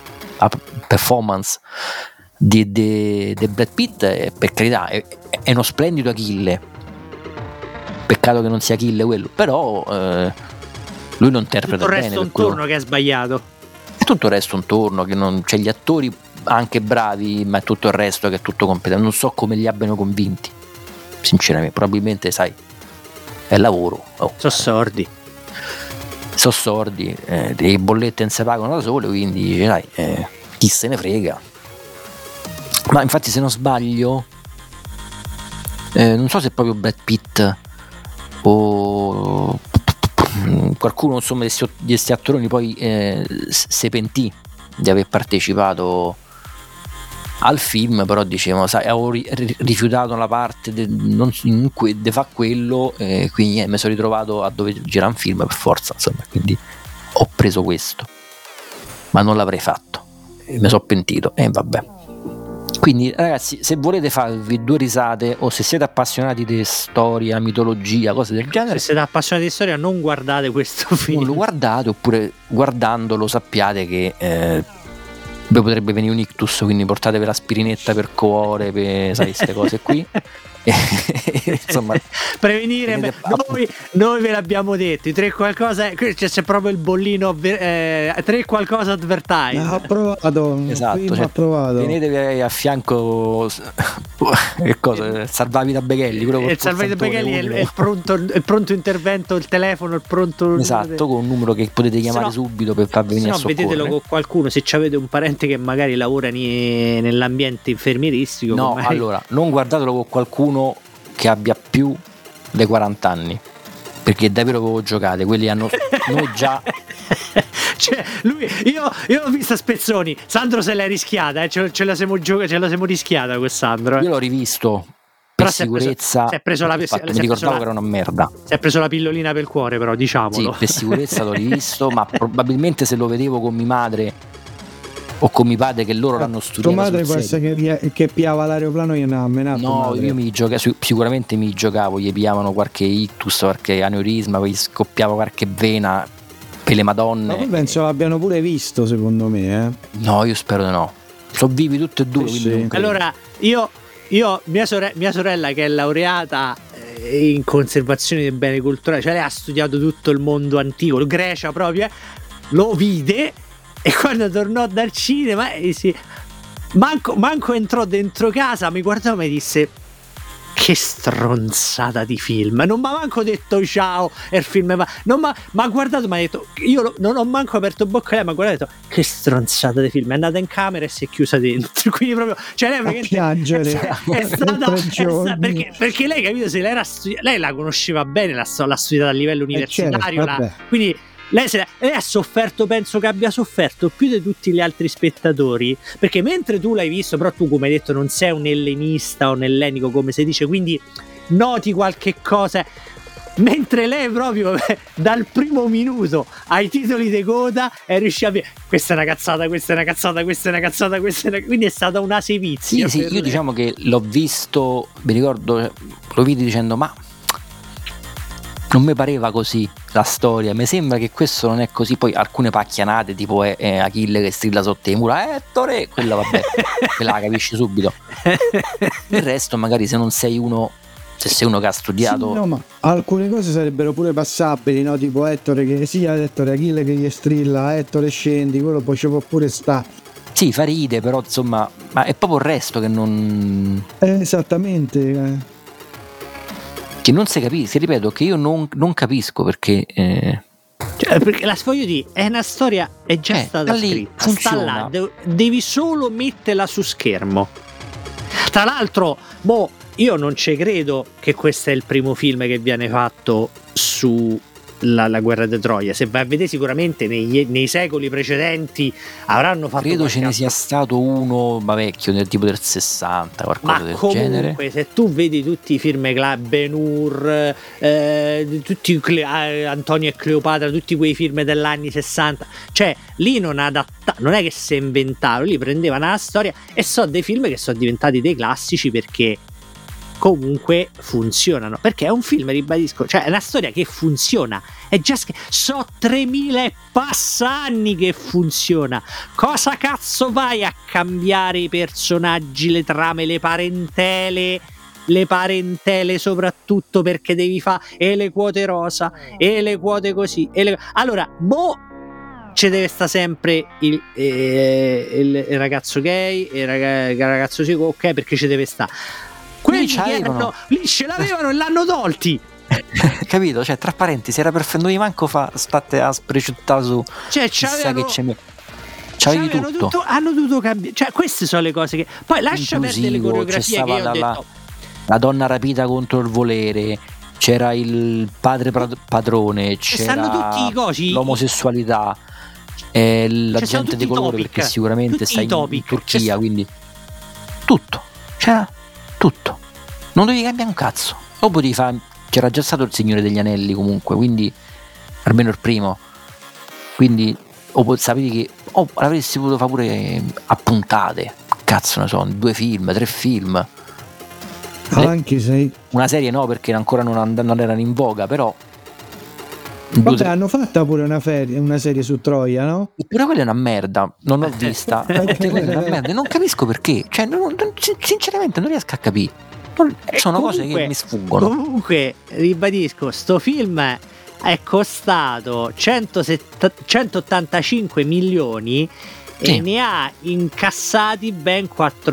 di Brad Pitt, per carità, è uno splendido Achille. Peccato che non sia Achille quello, però lui non interpreta bene. Tutto il resto un turno che è sbagliato. È tutto il resto un turno che non c'è, gli attori anche bravi, ma è tutto il resto che è tutto competente. Non so come li abbiano convinti, sinceramente. Probabilmente, sai, è lavoro. Sono sordi, le bollette non si pagano da sole, quindi dai, chi se ne frega. Ma infatti, se non sbaglio, non so se è proprio Brad Pitt o qualcuno, insomma, di questi attoroni poi si pentì di aver partecipato al film, però dicevano, sai, avevo rifiutato la parte di fa quello, quindi mi sono ritrovato a dover girare un film per forza, insomma, quindi ho preso questo, ma non l'avrei fatto, mi sono pentito e vabbè. Quindi ragazzi, se volete farvi due risate o se siete appassionati di storia, mitologia, cose del genere, se siete appassionati di storia non guardate questo film, non lo guardate, oppure guardandolo sappiate che vi potrebbe venire un ictus, quindi portatevi l'aspirinetta per cuore, per, sai, queste cose qui. Insomma, prevenire, noi ve l'abbiamo detto, i tre qualcosa, c'è proprio il bollino, tre qualcosa advertise. Approvato, esatto, cioè, approvato. Tenetevi a fianco che cosa, salvavita Beghelli, il salvavita Beghelli è il pronto intervento, il telefono, il pronto, esatto, con un numero che potete chiamare subito per farvi venire a soccorrere. Vedetelo con qualcuno, se avete un parente che magari lavora nell'ambiente infermieristico. No, allora non guardatelo con qualcuno che abbia più dei 40 anni, perché davvero avevo giocate, quelli hanno noi già cioè io ho visto a spezzoni, Sandro se l'è rischiata, ce la siamo rischiata con Sandro. Io l'ho rivisto per sicurezza, si è preso mi ricordavo che era una merda, si è preso la pillolina per il cuore, però diciamolo. Sì, per sicurezza l'ho rivisto, ma probabilmente se lo vedevo con mia madre o con mio padre, che loro l'hanno studiato. Tua madre può essere che piava l'aeroplano e andava a menare. No, io sicuramente mi giocavo, gli piavano qualche ictus, qualche aneurisma, poi scoppiava qualche vena per le madonne. Ma poi penso l'abbiano pure visto, secondo me. No, io spero di no. Sono vivi tutti e due. Sì. Allora, io mia sorella che è laureata in conservazione dei beni culturali, cioè lei ha studiato tutto il mondo antico, Grecia proprio, lo vide. E quando tornò dal cinema, manco entrò dentro casa, mi guardò e mi disse: che stronzata di film. Non mi ha manco detto ciao, e il film ma guardato, mi ha detto, io non ho manco aperto bocca, lei mi ha guardato e detto: che stronzata di film. È andata in camera e si è chiusa dentro. Quindi proprio, cioè lei a piangere è stata perché lei, capito, se lei la conosceva bene, l'ha studiata a livello universitario, quindi lei ha sofferto, penso che abbia sofferto più di tutti gli altri spettatori, perché mentre tu l'hai visto, però tu, come hai detto, non sei un ellenista o un ellenico come si dice, quindi noti qualche cosa, mentre lei proprio dal primo minuto ai titoli di coda è riuscita a dire questa è una cazzata, questa è una cazzata, questa è una cazzata, quindi è stata una sevizia. Sì, io diciamo che l'ho visto, mi ricordo, lo vidi dicendo ma non mi pareva così la storia, mi sembra che questo non è così. Poi alcune pacchianate tipo Achille che strilla sotto le mura, Ettore, quella vabbè, quella la capisci subito. Il resto magari se non sei uno, se sei uno che ha studiato, sì, no, ma alcune cose sarebbero pure passabili, no? Tipo Ettore Achille che gli strilla, Ettore scendi, quello poi ci può pure sta. Sì, fa ride, però insomma, ma è proprio il resto che non esattamente che non si capisce, ripeto, che io non capisco perché cioè, perché la voglio dire, è una storia, è già stata scritta, funziona. sta là, devi solo metterla su schermo. Tra l'altro, io non ci credo che questo è il primo film che viene fatto su la guerra di Troia. Se vai a vedere, sicuramente nei secoli precedenti avranno fatto, credo ce ne sia stato uno ma vecchio, del tipo del 60, qualcosa del genere. Comunque se tu vedi tutti i film Ben-Hur, tutti Antonio e Cleopatra, tutti quei film degli anni 60, cioè lì non è che si inventavano, lì prendevano la storia, e so dei film che sono diventati dei classici perché comunque funzionano, perché è un film, ribadisco, cioè è una storia che funziona, è già so 3000 e passa anni che funziona. Cosa cazzo vai a cambiare i personaggi, le trame, le parentele soprattutto, perché devi fare e le quote rosa e le quote così allora ci deve sta sempre il ragazzo gay e il ragazzo cieco, ok, perché ci deve sta. Quelli lì ce l'avevano e l'hanno tolti. Capito? Cioè, tra parentesi, era perfetto. Non gli manco state a spreciuttare su. Cioè, c'avevi tutto. Hanno dovuto cambiare. Cioè, queste sono le cose che. Poi lascia perdere le coreografie che io ho detto. La donna rapita contro il volere. C'era il padre padrone. C'era tutti i cosi, l'omosessualità. La gente di colore, perché sicuramente stai in Turchia, quindi tutto. C'era tutto, non dovevi cambiare un cazzo. Dopo c'era già stato il Signore degli Anelli comunque, quindi almeno il primo, quindi sapevi che l'avresti potuto fare pure a puntate, cazzo ne so, 2 film, 3 film, anche se una serie no, perché ancora non erano in voga, però vabbè, hanno fatta pure una serie su Troia, no? Però quella è una merda, non l'ho vista. Quella è una merda, non capisco perché. Cioè, sinceramente non riesco a capire. Sono cose che mi sfuggono. Comunque, ribadisco, sto film è costato 185 milioni e ne ha incassati ben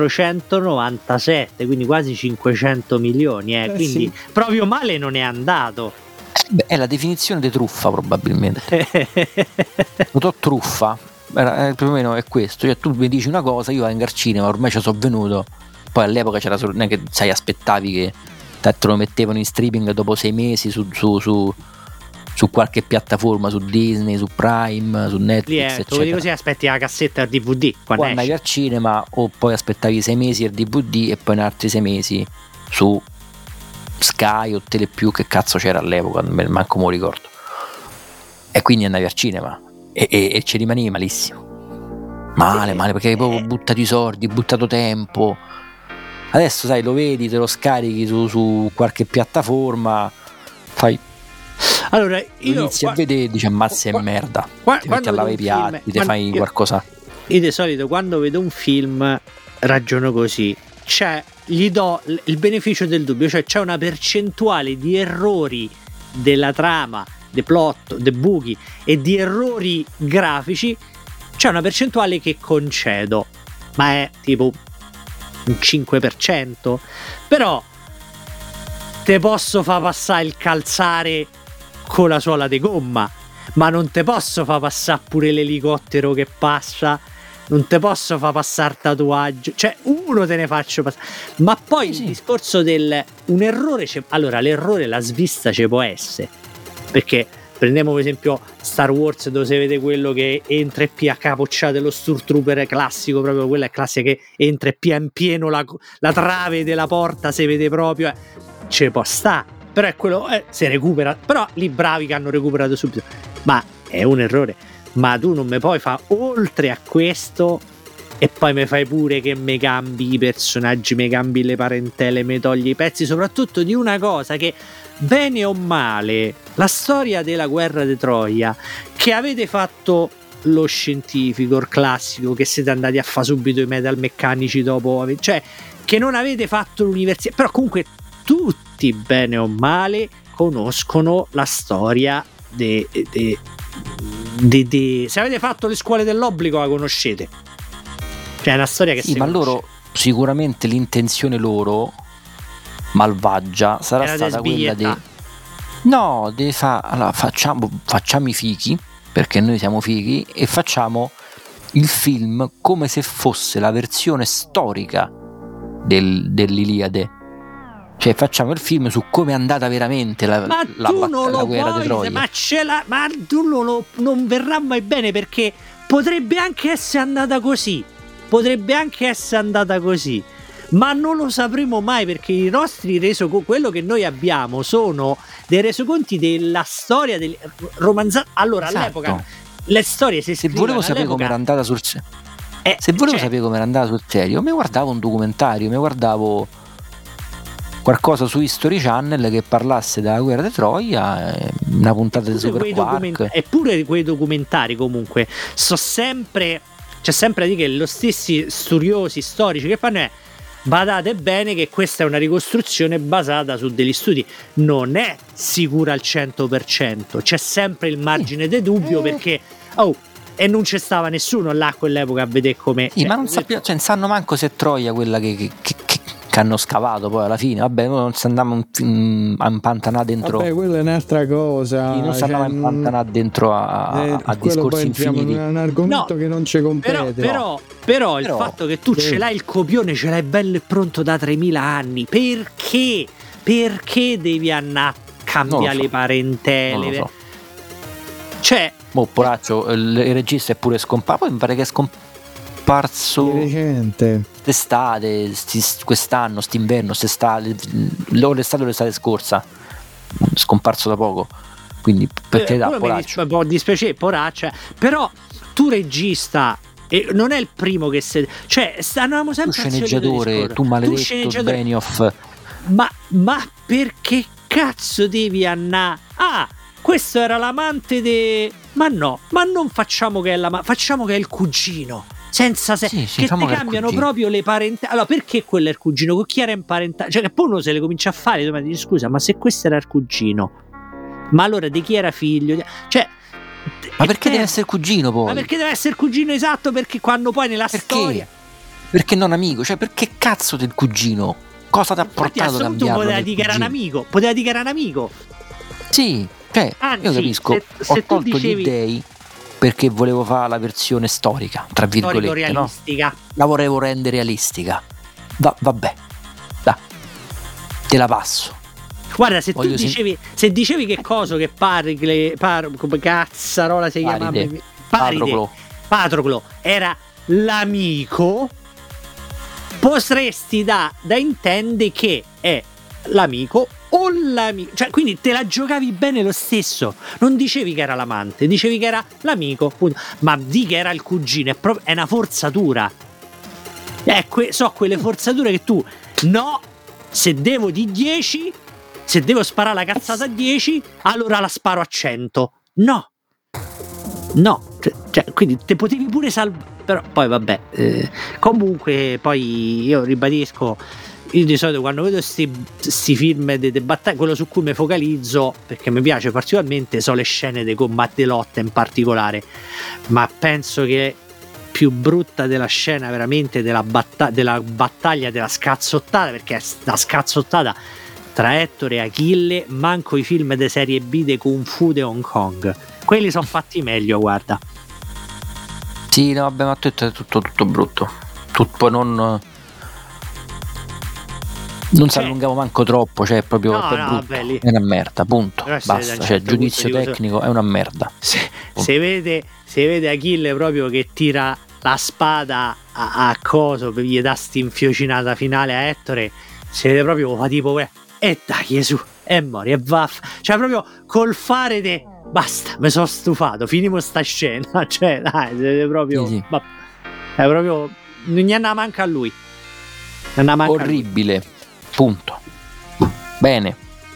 497, quindi quasi 500 milioni. Quindi sì, proprio male non è andato. È la definizione di truffa, probabilmente. Truffa più o meno è questo. Cioè, tu mi dici una cosa, io vengo al cinema, ormai ci sono venuto. Poi all'epoca c'era solo, non è che aspettavi che te lo mettevano in streaming dopo 6 mesi su qualche piattaforma, su Disney, su Prime, su Netflix, eccetera. Così aspetti la cassetta del DVD quando andavi al cinema, o poi aspettavi 6 mesi il DVD e poi in altri 6 mesi su Sky o Telepiù, che cazzo c'era all'epoca, manco me lo ricordo, e quindi andavi al cinema e ci rimanevi malissimo, male, perché hai proprio buttato i soldi, buttato tempo. Adesso sai, lo vedi, te lo scarichi su qualche piattaforma, fai, allora io inizi a vedere, dici ammazza e merda, ti metti a lavare i piatti, te fai qualcosa. Io di solito quando vedo un film ragiono così, cioè gli do il beneficio del dubbio, cioè c'è una percentuale di errori della trama, dei plot, dei buchi e di errori grafici, c'è una percentuale che concedo, ma è tipo un 5%, però te posso far passare il calzare con la suola di gomma, ma non te posso far passare pure l'elicottero che passa, non te posso far passare tatuaggio, cioè uno te ne faccio passare, ma poi sì. Il discorso del un errore allora l'errore, la svista ci può essere, perché prendiamo per esempio Star Wars, dove si vede quello che entra e pia capocciate lo Stormtrooper classico, proprio quella è classica, che entra e pia in pieno la trave della porta, si vede proprio, ce può sta, però è quello, si recupera, però lì bravi che hanno recuperato subito, ma è un errore. Ma tu non mi puoi fare oltre a questo e poi mi fai pure che mi cambi i personaggi, mi cambi le parentele, mi togli i pezzi, soprattutto di una cosa che, bene o male, la storia della guerra di Troia, che avete fatto lo scientifico, il classico, che siete andati a fare subito i metalmeccanici dopo, cioè che non avete fatto l'università, però comunque tutti, bene o male, conoscono la storia se avete fatto le scuole dell'obbligo la conoscete, cioè è una storia che sì, ma conosce. Loro sicuramente l'intenzione loro malvagia sarà Era stata quella di allora, facciamo i fichi, perché noi siamo fighi, e facciamo il film come se fosse la versione storica dell'Iliade, cioè facciamo il film su come è andata veramente la guerra di Troia. Ma tu non verrà mai bene, perché potrebbe anche essere andata così, ma non lo sapremo mai, perché i nostri quello che noi abbiamo sono dei resoconti della storia del romanzato. Allora, esatto. All'epoca le storie si scrivono. Se volevo sapere come era andata sul sapere come era andata sul serio, mi guardavo un documentario, mi guardavo qualcosa su History Channel che parlasse della guerra di Troia, una puntata di Super Quark. Eppure quei documentari comunque c'è sempre da dire che lo stessi studiosi storici che fanno badate bene che questa è una ricostruzione basata su degli studi, non è sicura al 100%, c'è sempre il margine di dubbio, perché e non c'è stava nessuno là a quell'epoca a vedere come ma non sanno manco se è Troia quella che hanno scavato poi alla fine. Vabbè, non si andava a impantanare dentro. Vabbè, quella è un'altra cosa. Non si andava a impantanare dentro a discorsi infiniti. È un argomento che non ci compete. Però il fatto che tu ce l'hai il copione, ce l'hai bello e pronto da 3000 anni, perché devi andare a cambiare le parentele? Non lo so. Cioè, poraccio, il regista è pure scomparso. Poi mi pare che è scomparso recente, d'estate, quest'anno, st'inverno, l'estate scorsa, scomparso da poco. Quindi perché un po' dispiace, poraccia. Però tu regista, e non è il primo che cioè stavamo sempre tu sceneggiatore, tu maledetto Benioff, ma perché cazzo devi andare? Questo era l'amante ma no, ma non facciamo che è facciamo che è il cugino, senza che ti cambiano proprio le parentele. Allora, perché quello è il cugino? Con chi era imparentato? Cioè, che poi uno se le comincia a fare, ma dici, scusa, ma se questo era il cugino, ma allora di chi era figlio? Cioè, ma perché deve essere il cugino poi? Ma perché deve essere il cugino, esatto, perché quando poi nella storia, perché non amico? Cioè, perché cazzo del cugino? Cosa ti ha portato a cambiarlo? Poteva dire che era un amico. Sì, cioè, anzi, io capisco, ho tolto gli dei perché volevo fare la versione storica, tra virgolette, realistica. No? La volevo rendere realistica. Vabbè, dai, te la passo. Guarda, se dicevi che cosa, che come cazzarola si chiamava, Patroclo era l'amico, potresti da intendere che è l'amico o l'amico, cioè, quindi te la giocavi bene lo stesso, non dicevi che era l'amante, dicevi che era l'amico, appunto. Ma di che era il cugino è una forzatura, so quelle forzature che tu se devo di 10, se devo sparare la cazzata a 10, allora la sparo a 100. No, cioè, quindi te potevi pure salvare, però poi vabbè, comunque poi io ribadisco, io di solito quando vedo sti film di battaglia, quello su cui mi focalizzo, perché mi piace particolarmente, sono le scene dei combatti di lotta in particolare, ma penso che più brutta della scena veramente della battaglia, della scazzottata, perché è una scazzottata tra Ettore e Achille, manco i film di serie B di Kung Fu di Hong Kong, quelli sono fatti meglio, guarda. Sì, no, vabbè, ma tutto brutto, poi non Non si allungavo manco troppo, cioè proprio è una merda, punto. Basta, cioè giudizio tecnico è una merda. Se vede Achille proprio che tira la spada a coso per gli dà sta infiocinata finale a Ettore, si vede proprio fa tipo e dai Gesù, e mori e vaff, cioè proprio col fare de basta, mi sono stufato, finimo sta scena, cioè dai, si vede proprio sì. È proprio non gli andava manca a lui, orribile, punto. Bene.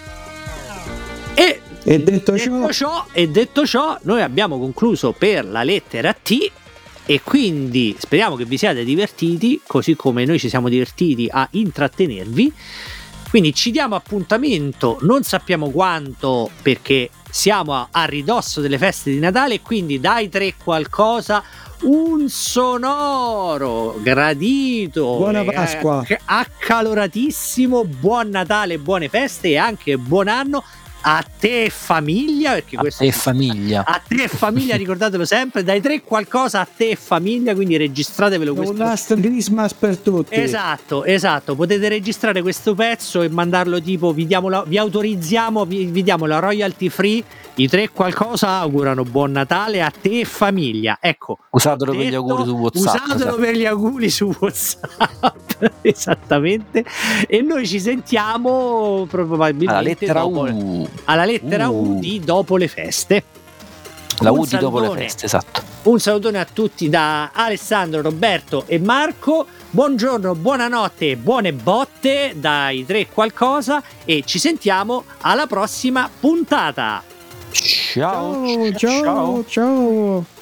E detto ciò, noi abbiamo concluso per la lettera T e quindi speriamo che vi siate divertiti, così come noi ci siamo divertiti a intrattenervi. Quindi ci diamo appuntamento, non sappiamo quanto, perché siamo a ridosso delle feste di Natale, quindi dai 3 qualcosa un sonoro gradito, buona Pasqua, accaloratissimo buon Natale, buone feste e anche buon anno a te famiglia, perché questo a te famiglia ricordatelo sempre, dai 3 qualcosa a te famiglia, quindi registratevelo questo. Un last Christmas per tutti. Esatto, potete registrare questo pezzo e mandarlo tipo vi autorizziamo, vi diamo la royalty free, i 3 qualcosa augurano buon Natale a te famiglia, ecco, usatelo per gli auguri su WhatsApp, per gli auguri su WhatsApp esattamente, e noi ci sentiamo probabilmente alla lettera U di dopo le feste. La U di dopo le feste, esatto. Un salutone a tutti da Alessandro, Roberto e Marco. Buongiorno, buonanotte, buone botte dai 3 qualcosa e ci sentiamo alla prossima puntata. Ciao.